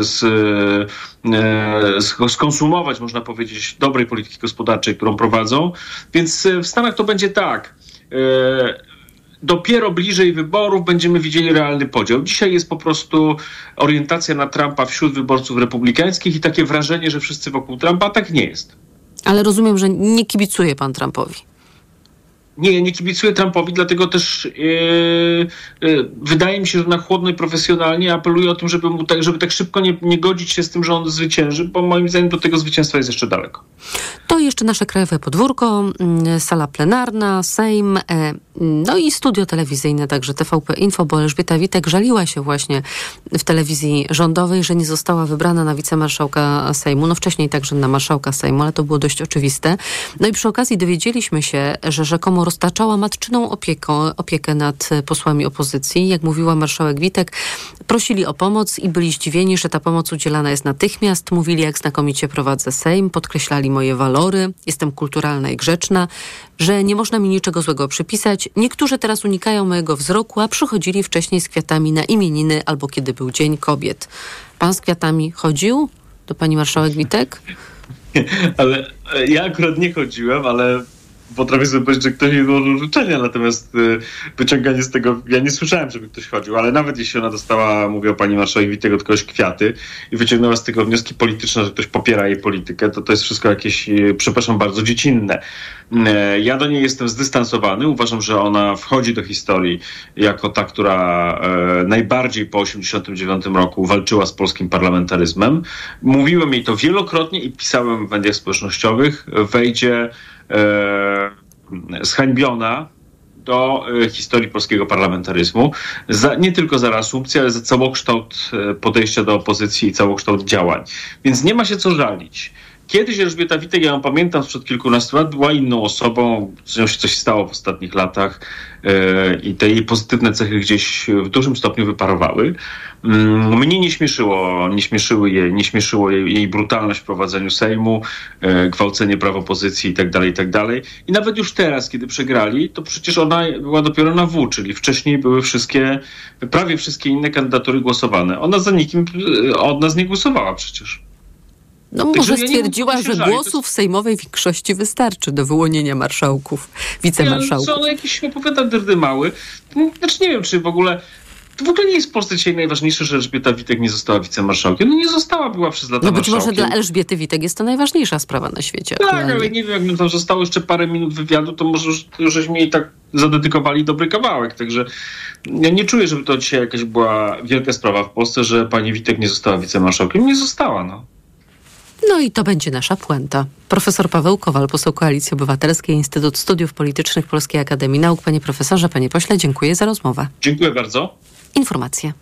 skonsumować, można powiedzieć, dobrej polityki gospodarczej, którą prowadzą, więc w Stanach to będzie tak. Dopiero bliżej wyborów będziemy widzieli realny podział. Dzisiaj jest po prostu orientacja na Trumpa wśród wyborców republikańskich i takie wrażenie, że wszyscy wokół Trumpa, a tak nie jest. Ale rozumiem, że nie kibicuje pan Trumpowi. Nie kibicuję Trumpowi, dlatego też wydaje mi się, że na chłodno i profesjonalnie apeluję o tym, żeby tak szybko nie godzić się z tym, że on zwycięży, bo moim zdaniem do tego zwycięstwa jest jeszcze daleko. To jeszcze nasze krajowe podwórko, sala plenarna, Sejm, no i studio telewizyjne, także TVP Info, bo Elżbieta Witek żaliła się właśnie w telewizji rządowej, że nie została wybrana na wicemarszałka Sejmu, no wcześniej także na marszałka Sejmu, ale to było dość oczywiste. No i przy okazji dowiedzieliśmy się, że rzekomo roztaczała matczyną opiekę nad posłami opozycji. Jak mówiła marszałek Witek, prosili o pomoc i byli zdziwieni, że ta pomoc udzielana jest natychmiast. Mówili, jak znakomicie prowadzę Sejm, podkreślali moje walory, jestem kulturalna i grzeczna, że nie można mi niczego złego przypisać. Niektórzy teraz unikają mojego wzroku, a przychodzili wcześniej z kwiatami na imieniny albo kiedy był Dzień Kobiet. Pan z kwiatami chodził do pani marszałek Witek? Ale ja akurat nie chodziłem, ale potrafię sobie powiedzieć, że ktoś jej złożył życzenia, natomiast wyciąganie z tego, ja nie słyszałem, żeby ktoś chodził, ale nawet jeśli ona dostała, mówię o pani marszałek Witek, od kogoś kwiaty i wyciągnęła z tego wnioski polityczne, że ktoś popiera jej politykę, to jest wszystko jakieś, przepraszam bardzo, dziecinne. Ja do niej jestem zdystansowany. Uważam, że ona wchodzi do historii jako ta, która najbardziej po 1989 roku walczyła z polskim parlamentaryzmem. Mówiłem jej to wielokrotnie i pisałem w mediach społecznościowych. Wejdzie zhańbiona do historii polskiego parlamentaryzmu. Nie tylko za reasumpcję, ale za całokształt podejścia do opozycji i całokształt działań. Więc nie ma się co żalić. Kiedyś Elżbieta Witek, ja ją pamiętam sprzed kilkunastu lat, była inną osobą, z nią się coś stało w ostatnich latach i te jej pozytywne cechy gdzieś w dużym stopniu wyparowały. Mnie nie śmieszyło jej brutalność w prowadzeniu Sejmu, gwałcenie praw opozycji i tak dalej. I nawet już teraz, kiedy przegrali, to przecież ona była dopiero na W, czyli wcześniej były prawie wszystkie inne kandydatury głosowane. Ona za nikim od nas nie głosowała przecież. No może stwierdziła, że głosów sejmowej większości wystarczy do wyłonienia marszałków, wicemarszałków. Co ona jakiś opowiada dyrdy mały. Znaczy nie wiem, czy w ogóle nie jest w Polsce dzisiaj najważniejsze, że Elżbieta Witek nie została wicemarszałkiem. No nie została, była przez lata marszałkiem. No być może dla Elżbiety Witek jest to najważniejsza sprawa na świecie. Tak, ale nie wiem, jakby tam zostało jeszcze parę minut wywiadu, to może już żeśmy jej tak zadedykowali dobry kawałek. Także ja nie czuję, żeby to dzisiaj jakaś była wielka sprawa w Polsce, że pani Witek nie została wicemarszałkiem. Nie została, no. No i to będzie nasza puenta. Profesor Paweł Kowal, poseł Koalicji Obywatelskiej, Instytut Studiów Politycznych Polskiej Akademii Nauk. Panie profesorze, panie pośle, dziękuję za rozmowę. Dziękuję bardzo. Informacje.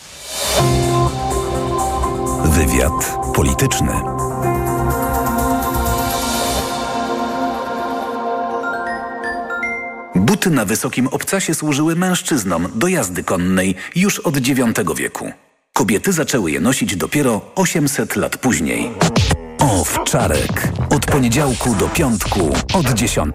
Wywiad polityczny. Buty na wysokim obcasie służyły mężczyznom do jazdy konnej już od IX wieku. Kobiety zaczęły je nosić dopiero 800 lat później. Owczarek. Od poniedziałku do piątku od 10.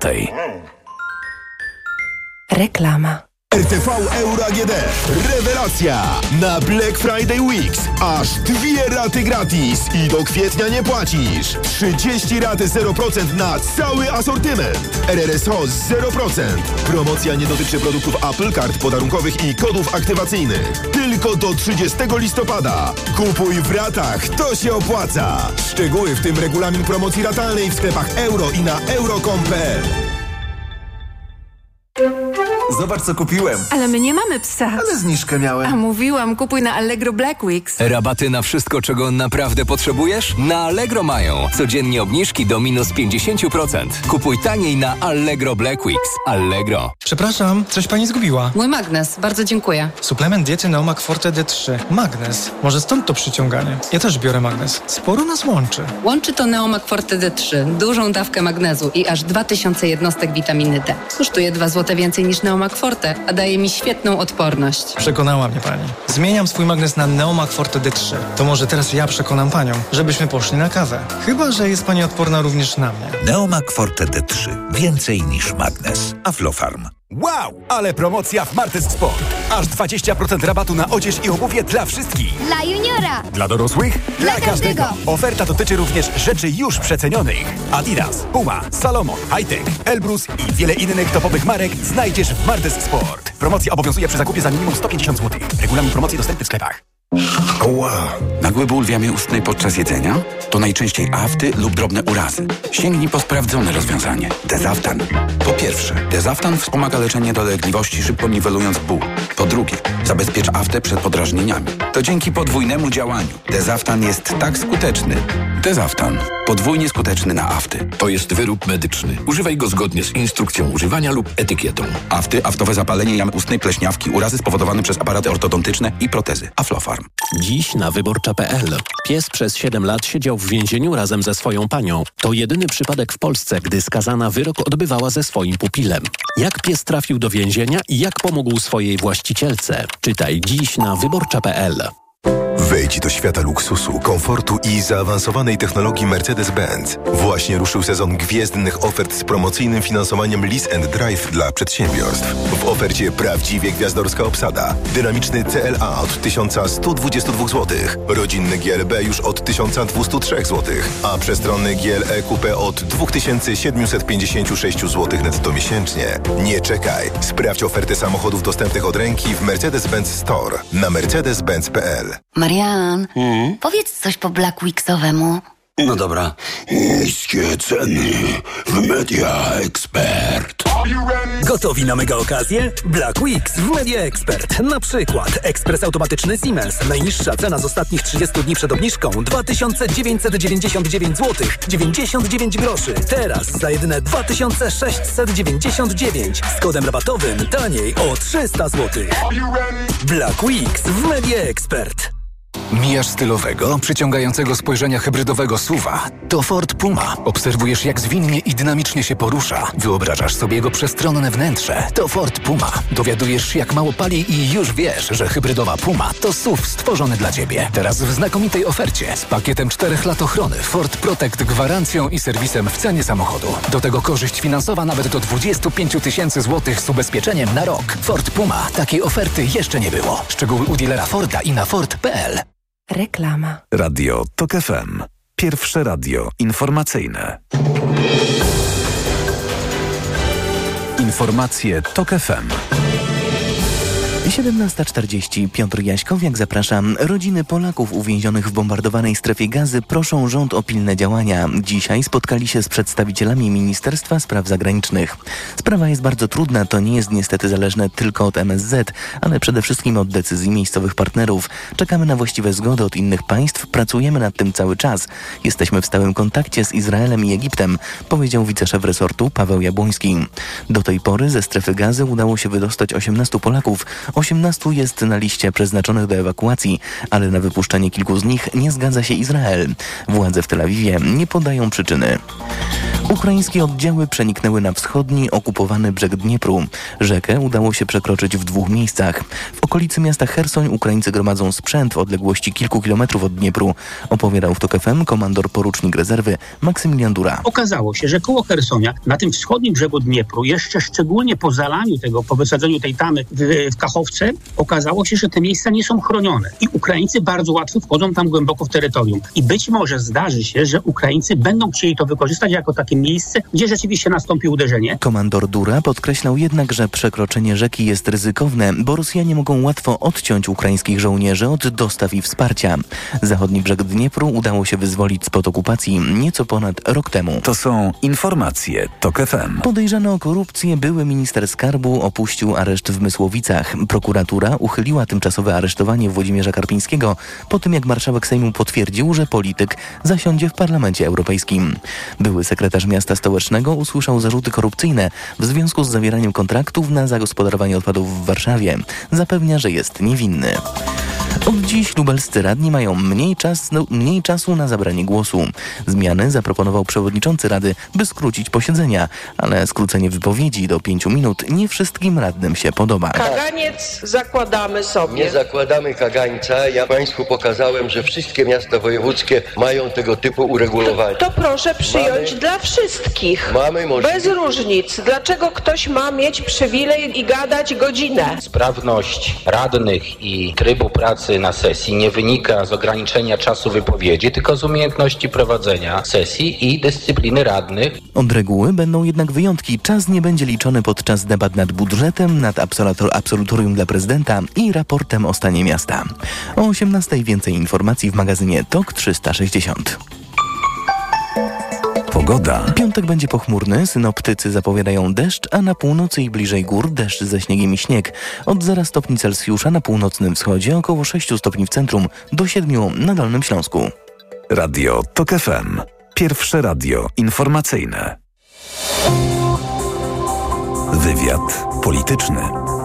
Reklama. RTV Euro AGD. Rewelacja! Na Black Friday Weeks aż 2 raty gratis i do kwietnia nie płacisz. 30 rat 0% na cały asortyment. RRSO 0%. Promocja nie dotyczy produktów Apple, kart podarunkowych i kodów aktywacyjnych. Tylko do 30 listopada. Kupuj w ratach, to się opłaca. Szczegóły, w tym regulamin promocji ratalnej w sklepach euro i na euro.com.pl. Zobacz, co kupiłem. Ale my nie mamy psa. Ale zniżkę miałem. A mówiłam, kupuj na Allegro Black Weeks. Rabaty na wszystko, czego naprawdę potrzebujesz? Na Allegro mają. Codziennie obniżki do minus 50%. Kupuj taniej na Allegro Black Weeks. Allegro. Przepraszam, coś pani zgubiła. Mój magnes, bardzo dziękuję. Suplement diety Neomak Forte D3. Magnes. Może stąd to przyciąganie. Ja też biorę magnes. Sporo nas łączy. Łączy to Neomak Forte D3. Dużą dawkę magnezu i aż 2000 jednostek witaminy D. Kosztuje 2 zł więcej niż Neomak Forte, a daje mi świetną odporność. Przekonała mnie pani. Zmieniam swój magnes na Neomak Forte D3. To może teraz ja przekonam panią, żebyśmy poszli na kawę. Chyba że jest pani odporna również na mnie. Neomak Forte D3. Więcej niż magnes. Aflofarm. Wow! Ale promocja w Martes Sport. Aż 20% rabatu na odzież i obuwie dla wszystkich. Dla juniora. Dla dorosłych? Dla każdego. Oferta dotyczy również rzeczy już przecenionych. Adidas, Puma, Salomon, Hightech, Elbrus i wiele innych topowych marek znajdziesz w Martes Sport. Promocja obowiązuje przy zakupie za minimum 150 zł. Regulamin promocji dostępny w sklepach. Oła! Nagły ból w jamie ustnej podczas jedzenia? To najczęściej afty lub drobne urazy. Sięgnij po sprawdzone rozwiązanie. Dezaftan. Po pierwsze, Dezaftan wspomaga leczenie dolegliwości, szybko niwelując ból. Po drugie, zabezpiecz aftę przed podrażnieniami. To dzięki podwójnemu działaniu. Dezaftan jest tak skuteczny. Dezaftan. Podwójnie skuteczny na afty. To jest wyrób medyczny. Używaj go zgodnie z instrukcją używania lub etykietą. Afty, aftowe zapalenie jamy ustnej, pleśniawki, urazy spowodowane przez aparaty ortodontyczne i protezy. Aflofarm. Dziś na wyborcza.pl. Pies przez 7 lat siedział w więzieniu razem ze swoją panią. To jedyny przypadek w Polsce, gdy skazana wyrok odbywała ze swoim pupilem. Jak pies trafił do więzienia i jak pomógł swojej właścicielce? Czytaj dziś na wyborcza.pl. Wejdź do świata luksusu, komfortu i zaawansowanej technologii Mercedes-Benz. Właśnie ruszył sezon gwiezdnych ofert z promocyjnym finansowaniem Lease and Drive dla przedsiębiorstw. W ofercie prawdziwie gwiazdorska obsada. Dynamiczny CLA od 1122 zł. Rodzinny GLB już od 1203 zł. A przestronny GLE Coupe od 2756 zł netto miesięcznie. Nie czekaj. Sprawdź ofertę samochodów dostępnych od ręki w Mercedes-Benz Store na mercedes-benz.pl. Marian, powiedz coś po Black Weeksowemu. No dobra. Niskie ceny w Media Expert. Gotowi na mega okazję? Black Weeks w Media Expert. Na przykład ekspres automatyczny Siemens. Najniższa cena z ostatnich 30 dni przed obniżką 2999 zł 99 groszy. Teraz za jedyne 2699 z kodem rabatowym taniej o 300 zł. Black Weeks w Media Expert. Mijasz stylowego, przyciągającego spojrzenia hybrydowego SUV-a. To Ford Puma. Obserwujesz, jak zwinnie i dynamicznie się porusza. Wyobrażasz sobie jego przestronne wnętrze. To Ford Puma. Dowiadujesz się, jak mało pali i już wiesz, że hybrydowa Puma to SUV stworzony dla Ciebie. Teraz w znakomitej ofercie z pakietem 4 lat ochrony, Ford Protect, gwarancją i serwisem w cenie samochodu. Do tego korzyść finansowa nawet do 25 000 złotych z ubezpieczeniem na rok. Ford Puma. Takiej oferty jeszcze nie było. Szczegóły u dealera Forda i na Ford.pl. Reklama. Radio TOK FM. Pierwsze radio informacyjne. Informacje TOK FM. 17:40. Piotr Jaśkowiak, zapraszam. Rodziny Polaków uwięzionych w bombardowanej strefie Gazy proszą rząd o pilne działania. Dzisiaj spotkali się z przedstawicielami Ministerstwa Spraw Zagranicznych. Sprawa jest bardzo trudna, to nie jest niestety zależne tylko od MSZ, ale przede wszystkim od decyzji miejscowych partnerów. Czekamy na właściwe zgody od innych państw, pracujemy nad tym cały czas. Jesteśmy w stałym kontakcie z Izraelem i Egiptem, powiedział wiceszef resortu Paweł Jabłoński. Do tej pory ze strefy Gazy udało się wydostać 18 Polaków. 18 jest na liście przeznaczonych do ewakuacji, ale na wypuszczenie kilku z nich nie zgadza się Izrael. Władze w Tel Awiwie nie podają przyczyny. Ukraińskie oddziały przeniknęły na wschodni, okupowany brzeg Dniepru. Rzekę udało się przekroczyć w 2 miejscach. W okolicy miasta Chersoń Ukraińcy gromadzą sprzęt w odległości kilku kilometrów od Dniepru. Opowiadał w TOK FM komandor porucznik rezerwy Maksymilian Dura. Okazało się, że koło Chersonia, na tym wschodnim brzegu Dniepru, jeszcze szczególnie po zalaniu tego, po wysadzeniu tej tamy w Kachowce, okazało się, że te miejsca nie są chronione. I Ukraińcy bardzo łatwo wchodzą tam głęboko w terytorium. I być może zdarzy się, że Ukraińcy będą chcieli to wykorzystać jako takie miejsce, gdzie rzeczywiście nastąpi uderzenie. Komandor Dura podkreślał jednak, że przekroczenie rzeki jest ryzykowne, bo Rosjanie mogą łatwo odciąć ukraińskich żołnierzy od dostaw i wsparcia. Zachodni brzeg Dniepru udało się wyzwolić spod okupacji nieco ponad rok temu. To są informacje TOK FM. Podejrzany o korupcję były minister skarbu opuścił areszt w Mysłowicach. Prokuratura uchyliła tymczasowe aresztowanie Włodzimierza Karpińskiego po tym, jak marszałek Sejmu potwierdził, że polityk zasiądzie w Parlamencie Europejskim. Były sekretarz miasta stołecznego usłyszał zarzuty korupcyjne w związku z zawieraniem kontraktów na zagospodarowanie odpadów w Warszawie. Zapewnia, że jest niewinny. Od dziś lubelscy radni mają mniej czasu na zabranie głosu. Zmiany zaproponował przewodniczący Rady, by skrócić posiedzenia, ale skrócenie wypowiedzi do 5 minut nie wszystkim radnym się podoba. Kaganiec zakładamy sobie. Nie zakładamy kagańca. Ja Państwu pokazałem, że wszystkie miasta wojewódzkie mają tego typu uregulowania. To proszę przyjąć dla wszystkich. Bez różnic. Dlaczego ktoś ma mieć przywilej i gadać godzinę? Sprawność radnych i trybu pracy na sesji nie wynika z ograniczenia czasu wypowiedzi, tylko z umiejętności prowadzenia sesji i dyscypliny radnych. Od reguły będą jednak wyjątki. Czas nie będzie liczony podczas debat nad budżetem, nad absolutorium dla prezydenta i raportem o stanie miasta. O 18:00 więcej informacji w magazynie TOK 360. Pogoda. Piątek będzie pochmurny, synoptycy zapowiadają deszcz, a na północy i bliżej gór deszcz ze śniegiem i śnieg. Od 0 stopni Celsjusza na północnym wschodzie, około 6 stopni w centrum, do 7 na Dolnym Śląsku. Radio TOK FM. Pierwsze radio informacyjne. Wywiad polityczny.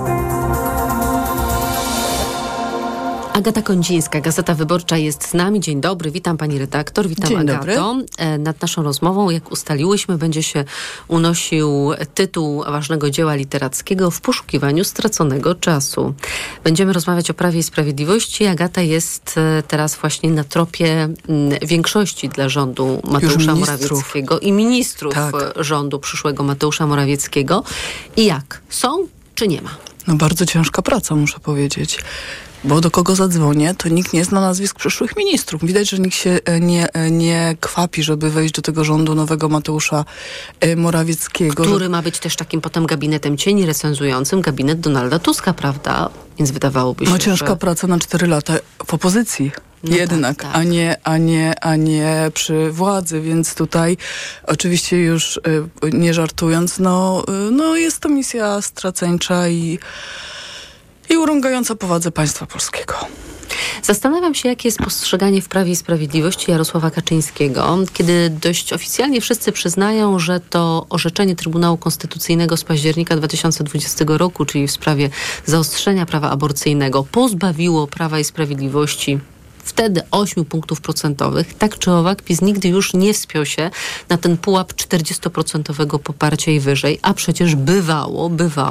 Agata Kondzińska, Gazeta Wyborcza jest z nami. Dzień dobry, witam pani redaktor, witam Dzień Agato. Dobry. Nad naszą rozmową, jak ustaliłyśmy, będzie się unosił tytuł ważnego dzieła literackiego W poszukiwaniu straconego czasu. Będziemy rozmawiać o Prawie i Sprawiedliwości. Agata jest teraz właśnie na tropie większości dla rządu Mateusza Morawieckiego i ministrów rządu przyszłego Mateusza Morawieckiego. I jak? Są czy nie ma? No bardzo ciężka praca, muszę powiedzieć. Bo do kogo zadzwonię, to nikt nie zna nazwisk przyszłych ministrów. Widać, że nikt się nie kwapi, żeby wejść do tego rządu nowego Mateusza Morawieckiego. Który ma być też takim potem gabinetem cieni recenzującym gabinet Donalda Tuska, prawda? Więc wydawałoby się, no ciężka praca na 4 lata w opozycji. No jednak, tak. A nie przy władzy, więc tutaj oczywiście już nie żartując, no jest to misja straceńcza i urągająca powadze państwa polskiego. Zastanawiam się, jakie jest postrzeganie w Prawie i Sprawiedliwości Jarosława Kaczyńskiego, kiedy dość oficjalnie wszyscy przyznają, że to orzeczenie Trybunału Konstytucyjnego z października 2020 roku, czyli w sprawie zaostrzenia prawa aborcyjnego, pozbawiło Prawa i Sprawiedliwości wtedy 8 punktów procentowych. Tak czy owak PiS nigdy już nie wspiął się na ten pułap 40% poparcia i wyżej, a przecież bywało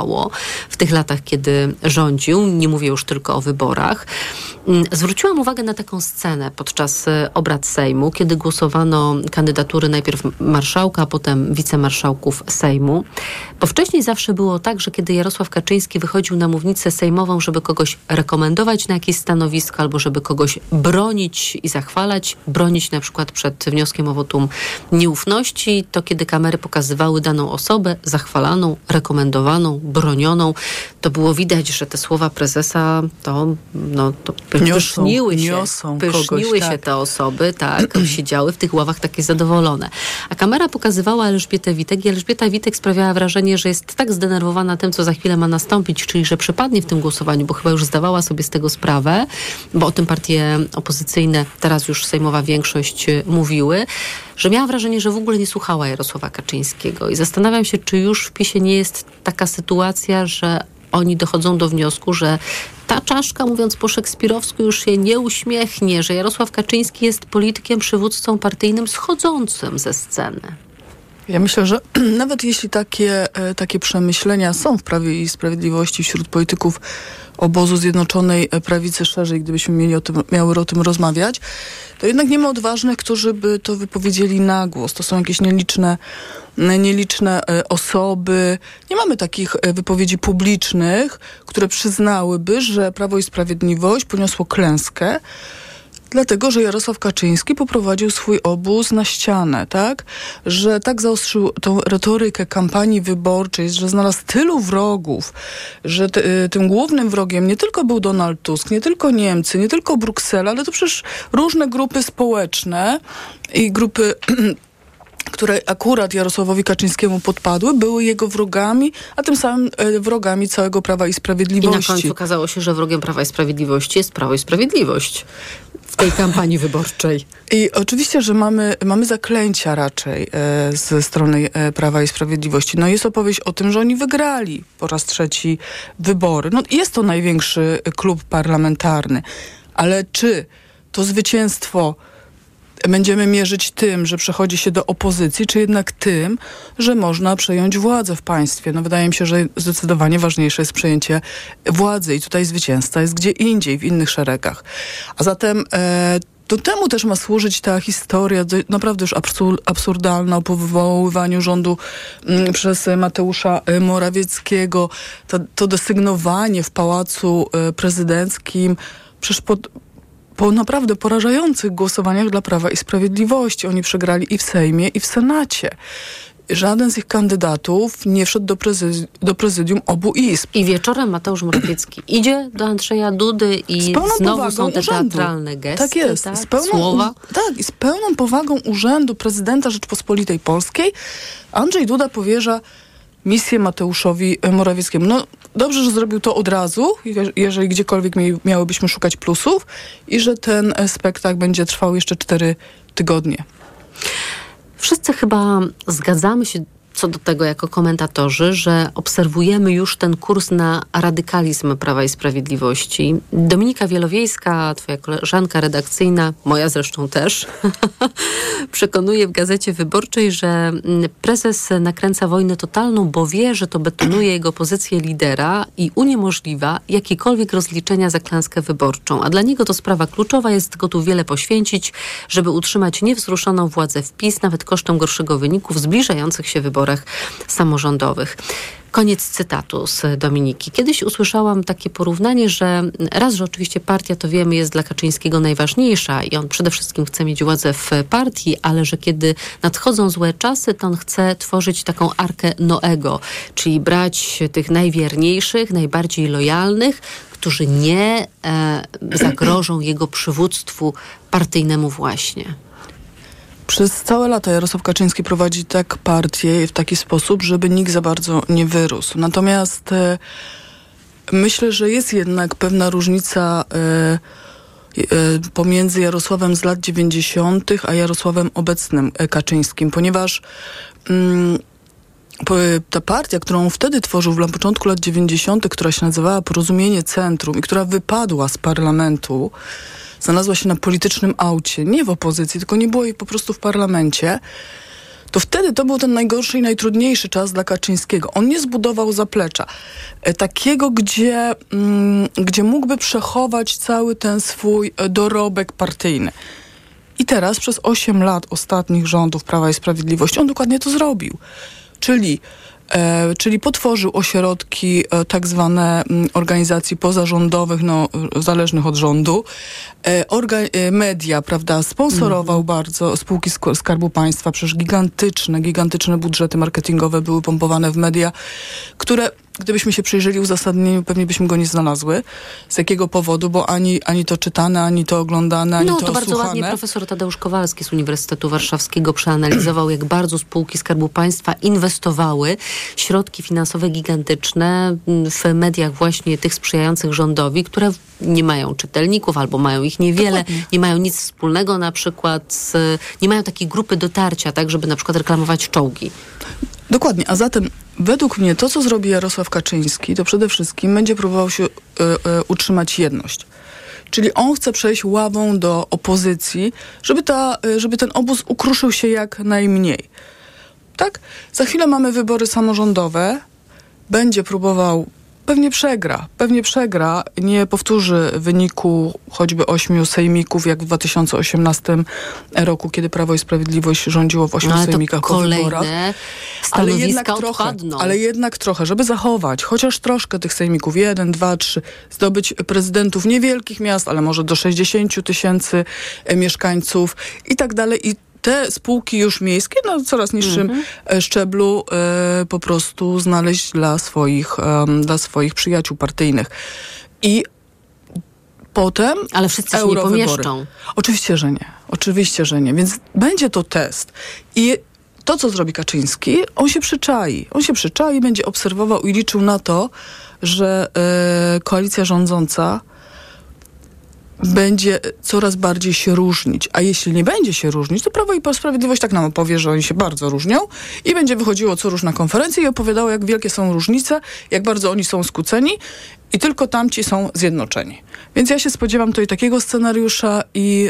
w tych latach, kiedy rządził, nie mówię już tylko o wyborach. Zwróciłam uwagę na taką scenę podczas obrad Sejmu, kiedy głosowano kandydatury najpierw marszałka, a potem wicemarszałków Sejmu. Bo wcześniej zawsze było tak, że kiedy Jarosław Kaczyński wychodził na mównicę sejmową, żeby kogoś rekomendować na jakieś stanowisko albo żeby kogoś bronić i zachwalać, bronić na przykład przed wnioskiem o wotum nieufności, to kiedy kamery pokazywały daną osobę, zachwalaną, rekomendowaną, bronioną, to było widać, że te słowa prezesa to pyszniły się te osoby, tak, siedziały w tych ławach takie zadowolone. A kamera pokazywała Elżbietę Witek i Elżbieta Witek sprawiała wrażenie, że jest tak zdenerwowana tym, co za chwilę ma nastąpić, czyli że przepadnie w tym głosowaniu, bo chyba już zdawała sobie z tego sprawę, bo o tym partie opozycyjne, teraz już sejmowa większość mówiły, że miała wrażenie, że w ogóle nie słuchała Jarosława Kaczyńskiego. I zastanawiam się, czy już w PiS-ie nie jest taka sytuacja, że oni dochodzą do wniosku, że ta czaszka, mówiąc po szekspirowsku, już się nie uśmiechnie, że Jarosław Kaczyński jest politykiem, przywódcą partyjnym schodzącym ze sceny. Ja myślę, że nawet jeśli takie przemyślenia są w Prawie i Sprawiedliwości wśród polityków obozu Zjednoczonej Prawicy szerzej, gdybyśmy miały o tym rozmawiać, to jednak nie ma odważnych, którzy by to wypowiedzieli na głos. To są jakieś nieliczne osoby. Nie mamy takich wypowiedzi publicznych, które przyznałyby, że Prawo i Sprawiedliwość poniosło klęskę, dlatego, że Jarosław Kaczyński poprowadził swój obóz na ścianę, tak? Że tak zaostrzył tą retorykę kampanii wyborczej, że znalazł tylu wrogów, że tym głównym wrogiem nie tylko był Donald Tusk, nie tylko Niemcy, nie tylko Bruksela, ale to przecież różne grupy społeczne i grupy które akurat Jarosławowi Kaczyńskiemu podpadły, były jego wrogami, a tym samym wrogami całego Prawa i Sprawiedliwości. I na końcu okazało się, że wrogiem Prawa i Sprawiedliwości jest Prawo i Sprawiedliwość w tej kampanii wyborczej. I oczywiście, że mamy zaklęcia raczej ze strony Prawa i Sprawiedliwości. No jest opowieść o tym, że oni wygrali po raz trzeci wybory. No jest to największy klub parlamentarny, ale czy to zwycięstwo będziemy mierzyć tym, że przechodzi się do opozycji, czy jednak tym, że można przejąć władzę w państwie? No wydaje mi się, że zdecydowanie ważniejsze jest przejęcie władzy i tutaj zwycięzca jest gdzie indziej, w innych szeregach. A zatem do temu też ma służyć ta historia naprawdę już absurdalna o powoływaniu rządu przez Mateusza Morawieckiego, to desygnowanie w Pałacu Prezydenckim, przecież po naprawdę porażających głosowaniach dla Prawa i Sprawiedliwości. Oni przegrali i w Sejmie, i w Senacie. Żaden z ich kandydatów nie wszedł do prezydium obu izb. I wieczorem Mateusz Morawiecki idzie do Andrzeja Dudy i znowu są te teatralne gesty, tak jest. Tak? Słowa. Tak, i z pełną powagą urzędu prezydenta Rzeczpospolitej Polskiej Andrzej Duda powierza misję Mateuszowi Morawieckiemu. No dobrze, że zrobił to od razu, jeżeli gdziekolwiek miałybyśmy szukać plusów i że ten spektakl będzie trwał jeszcze 4 tygodnie. Wszyscy chyba zgadzamy się co do tego jako komentatorzy, że obserwujemy już ten kurs na radykalizm Prawa i Sprawiedliwości. Dominika Wielowiejska, twoja koleżanka redakcyjna, moja zresztą też, przekonuje w Gazecie Wyborczej, że prezes nakręca wojnę totalną, bo wie, że to betonuje jego pozycję lidera i uniemożliwia jakiekolwiek rozliczenia za klęskę wyborczą. A dla niego to sprawa kluczowa, jest gotów wiele poświęcić, żeby utrzymać niewzruszoną władzę w PiS, nawet kosztem gorszego wyniku w zbliżających się wyborach samorządowych. Koniec cytatu z Dominiki. Kiedyś usłyszałam takie porównanie, że raz, że oczywiście partia, to wiemy, jest dla Kaczyńskiego najważniejsza i on przede wszystkim chce mieć władzę w partii, ale że kiedy nadchodzą złe czasy, to on chce tworzyć taką arkę Noego, czyli brać tych najwierniejszych, najbardziej lojalnych, którzy nie zagrożą jego przywództwu partyjnemu właśnie. Przez całe lata Jarosław Kaczyński prowadzi tak partię w taki sposób, żeby nikt za bardzo nie wyrósł. Natomiast myślę, że jest jednak pewna różnica pomiędzy Jarosławem z lat 90. a Jarosławem obecnym Kaczyńskim, ponieważ ta partia, którą wtedy tworzył na początku lat 90., która się nazywała Porozumienie Centrum i która wypadła z parlamentu, znalazła się na politycznym aucie, nie w opozycji, tylko nie było jej po prostu w parlamencie, to wtedy to był ten najgorszy i najtrudniejszy czas dla Kaczyńskiego. On nie zbudował zaplecza takiego, gdzie mógłby przechować cały ten swój dorobek partyjny. I teraz przez 8 lat ostatnich rządów Prawa i Sprawiedliwości on dokładnie to zrobił. Czyli potworzył ośrodki tak zwane organizacji pozarządowych, zależnych od rządu. Media, prawda, sponsorował bardzo spółki Skarbu Państwa, przecież gigantyczne budżety marketingowe były pompowane w media, które, gdybyśmy się przyjrzeli uzasadnieniu, pewnie byśmy go nie znalazły. Z jakiego powodu? Bo ani to czytane, ani to oglądane, ani to słuchane. No to bardzo ładnie profesor Tadeusz Kowalski z Uniwersytetu Warszawskiego przeanalizował, jak bardzo spółki Skarbu Państwa inwestowały środki finansowe gigantyczne w mediach właśnie tych sprzyjających rządowi, które nie mają czytelników albo mają ich niewiele, dokładnie. Nie mają nic wspólnego na przykład, nie mają takiej grupy dotarcia, tak, żeby na przykład reklamować czołgi. Dokładnie, a zatem według mnie to, co zrobi Jarosław Kaczyński, to przede wszystkim będzie próbował się utrzymać jedność. Czyli on chce przejść ławą do opozycji, żeby ten obóz ukruszył się jak najmniej. tak? Za chwilę mamy wybory samorządowe, będzie próbował, pewnie przegra, nie powtórzy wyniku choćby 8 sejmików, jak w 2018 roku, kiedy Prawo i Sprawiedliwość rządziło w 8 sejmikach po wyborach. Ale jednak trochę, żeby zachować chociaż troszkę tych sejmików, 1, 2, 3, zdobyć prezydentów niewielkich miast, ale może do 60 000 mieszkańców i tak dalej. I te spółki już miejskie na coraz niższym szczeblu po prostu znaleźć dla swoich przyjaciół partyjnych. I potem ale wszyscy się nie pomieszczą. Oczywiście, że nie. Więc będzie to test. I to, co zrobi Kaczyński, on się przyczai, będzie obserwował i liczył na to, że koalicja rządząca będzie coraz bardziej się różnić. A jeśli nie będzie się różnić, to Prawo i Sprawiedliwość tak nam opowie, że oni się bardzo różnią i będzie wychodziło co rusz na konferencję i opowiadało, jak wielkie są różnice, jak bardzo oni są skłóceni i tylko tamci są zjednoczeni. Więc ja się spodziewam tutaj takiego scenariusza i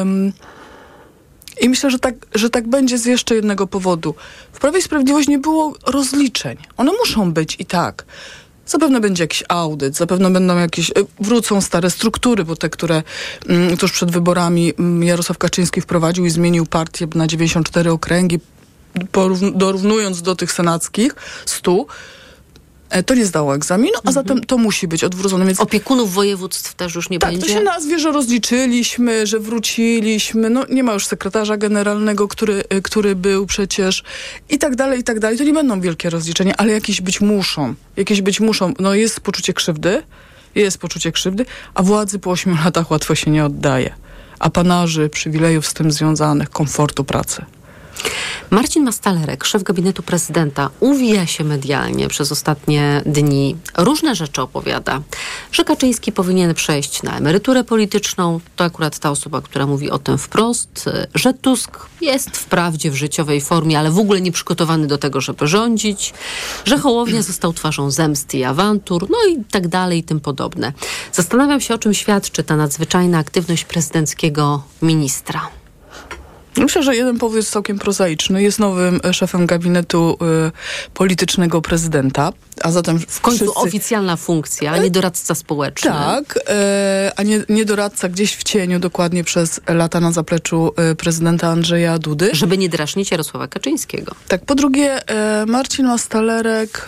myślę, że tak będzie z jeszcze jednego powodu. W Prawie i Sprawiedliwości nie było rozliczeń. One muszą być i tak. Zapewne będzie jakiś audyt, zapewne będą wrócą stare struktury, bo te, które tuż przed wyborami Jarosław Kaczyński wprowadził i zmienił partię na 94 okręgi, dorównując do tych senackich 100, to nie zdało egzaminu, a zatem to musi być odwrócone. Więc opiekunów województw też już nie będzie? Tak, to się nazwie, że rozliczyliśmy, że wróciliśmy. No nie ma już sekretarza generalnego, który był przecież i tak dalej, i tak dalej. To nie będą wielkie rozliczenia, ale jakieś być muszą. No jest poczucie krzywdy, a władzy po 8 latach łatwo się nie oddaje. Apanarzy, przywilejów z tym związanych, komfortu pracy. Marcin Mastalerek, szef gabinetu prezydenta, uwija się medialnie przez ostatnie dni. Różne rzeczy opowiada, że Kaczyński powinien przejść na emeryturę polityczną. To akurat ta osoba, która mówi o tym wprost, że Tusk jest wprawdzie w życiowej formie, ale w ogóle nie przygotowany do tego, żeby rządzić, że Hołownia został twarzą zemsty i awantur, no i tak dalej i tym podobne. Zastanawiam się, o czym świadczy ta nadzwyczajna aktywność prezydenckiego ministra. Myślę, że jeden powód jest całkiem prozaiczny. Jest nowym szefem gabinetu politycznego prezydenta, a zatem w końcu oficjalna funkcja, a nie doradca społeczny. Tak, a nie doradca gdzieś w cieniu, dokładnie przez lata na zapleczu prezydenta Andrzeja Dudy. Żeby nie drażnić Jarosława Kaczyńskiego. Tak, po drugie Marcin Mastalerek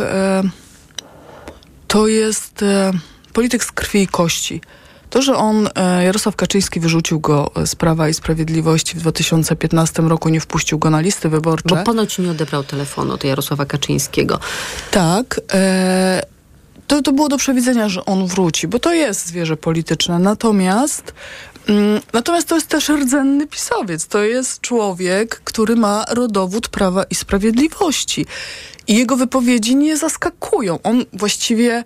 to jest polityk z krwi i kości. To, że Jarosław Kaczyński wyrzucił go z Prawa i Sprawiedliwości w 2015 roku, nie wpuścił go na listy wyborcze. Bo ponoć nie odebrał telefonu od Jarosława Kaczyńskiego. Tak. To było do przewidzenia, że on wróci, bo to jest zwierzę polityczne. Natomiast to jest też rdzenny pisowiec. To jest człowiek, który ma rodowód Prawa i Sprawiedliwości. I jego wypowiedzi nie zaskakują. On właściwie...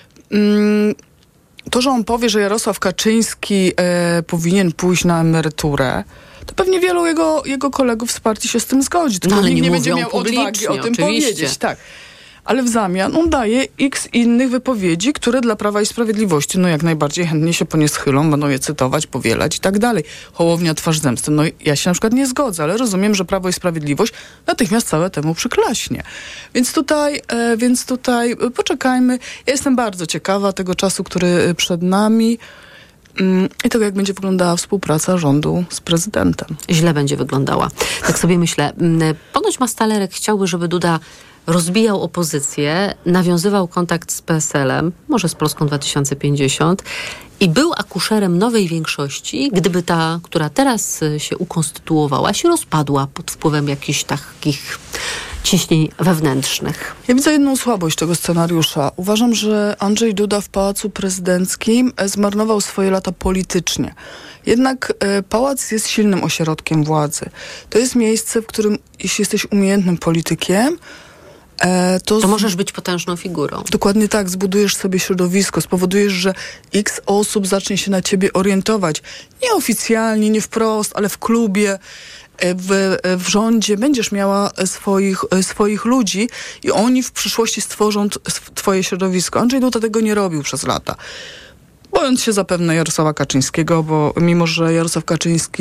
To, że on powie, że Jarosław Kaczyński powinien pójść na emeryturę, to pewnie wielu jego kolegów z partii się z tym zgodzi. Tylko ale nikt nie będzie miał odwagi o tym powiedzieć. Tak. Ale w zamian on daje x innych wypowiedzi, które dla Prawa i Sprawiedliwości jak najbardziej chętnie się po nie schylą, będą je cytować, powielać i tak dalej. Hołownia, twarz zemsty. Ja się na przykład nie zgodzę, ale rozumiem, że Prawo i Sprawiedliwość natychmiast całe temu przyklaśnie. Więc tutaj poczekajmy. Ja jestem bardzo ciekawa tego czasu, który przed nami i tego, jak będzie wyglądała współpraca rządu z prezydentem. Źle będzie wyglądała. Tak sobie myślę. Ponoć Mastalerek chciałby, żeby Duda rozbijał opozycję, nawiązywał kontakt z PSL-em, może z Polską 2050 i był akuszerem nowej większości, gdyby ta, która teraz się ukonstytuowała, się rozpadła pod wpływem jakichś takich ciśnień wewnętrznych. Ja widzę jedną słabość tego scenariusza. Uważam, że Andrzej Duda w Pałacu Prezydenckim zmarnował swoje lata politycznie. Jednak pałac jest silnym ośrodkiem władzy. To jest miejsce, w którym jeśli jesteś umiejętnym politykiem, to możesz być potężną figurą. Dokładnie tak, zbudujesz sobie środowisko, spowodujesz, że x osób zacznie się na ciebie orientować. Nieoficjalnie, nie wprost, ale w klubie, w rządzie będziesz miała swoich ludzi i oni w przyszłości stworzą twoje środowisko. Andrzej Duda tego nie robił przez lata. Bojąc się zapewne Jarosława Kaczyńskiego, bo mimo, że Jarosław Kaczyński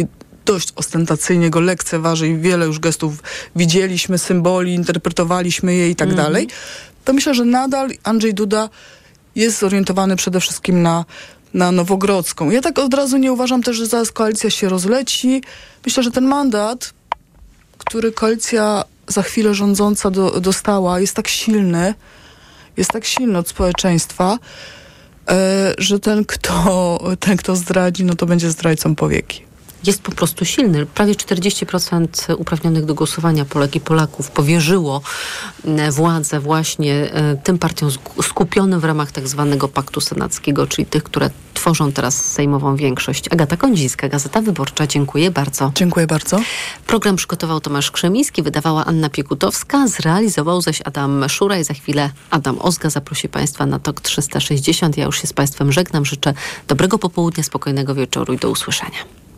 dość ostentacyjnie go lekceważy i wiele już gestów widzieliśmy, symboli, interpretowaliśmy je i tak dalej, to myślę, że nadal Andrzej Duda jest zorientowany przede wszystkim na Nowogrodzką. Ja tak od razu nie uważam też, że zaraz koalicja się rozleci. Myślę, że ten mandat, który koalicja za chwilę rządząca dostała, jest tak silny od społeczeństwa, że ten, kto zdradzi, no to będzie zdrajcą po wieki. Jest po prostu silny. Prawie 40% uprawnionych do głosowania Polek i Polaków powierzyło władzę właśnie tym partiom skupionym w ramach tak zwanego paktu senackiego, czyli tych, które tworzą teraz sejmową większość. Agata Kondzińska, Gazeta Wyborcza. Dziękuję bardzo. Dziękuję bardzo. Program przygotował Tomasz Krzemiński, wydawała Anna Piekutowska, zrealizował zaś Adam Szuraj. Za chwilę Adam Ozga zaprosi Państwa na TOK 360. Ja już się z Państwem żegnam. Życzę dobrego popołudnia, spokojnego wieczoru i do usłyszenia.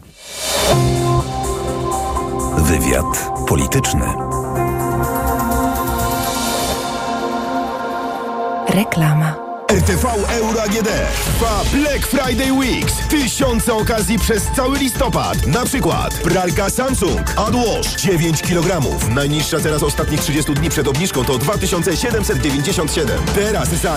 Wywiad polityczny. Reklama. RTV Euro AGD trwa Black Friday Weeks. Tysiące okazji przez cały listopad. Na przykład pralka Samsung AdWash 9 kg. Najniższa teraz ostatnich 30 dni przed obniżką to 2797. Teraz za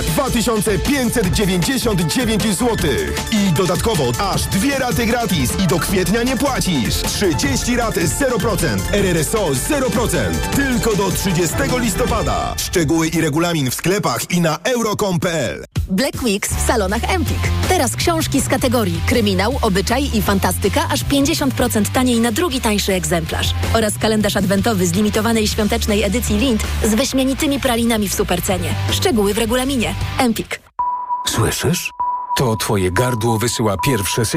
2599 zł. I dodatkowo aż 2 raty gratis i do kwietnia nie płacisz. 30 rat 0%. RRSO 0%. Tylko do 30 listopada. Szczegóły i regulamin w sklepach i na euro.com.pl. Black Weeks w salonach Empik. Teraz książki z kategorii kryminał, obyczaj i fantastyka aż 50% taniej na drugi tańszy egzemplarz. Oraz kalendarz adwentowy z limitowanej świątecznej edycji Lind z wyśmienitymi pralinami w supercenie. Szczegóły w regulaminie. Empik. Słyszysz? To twoje gardło wysyła pierwsze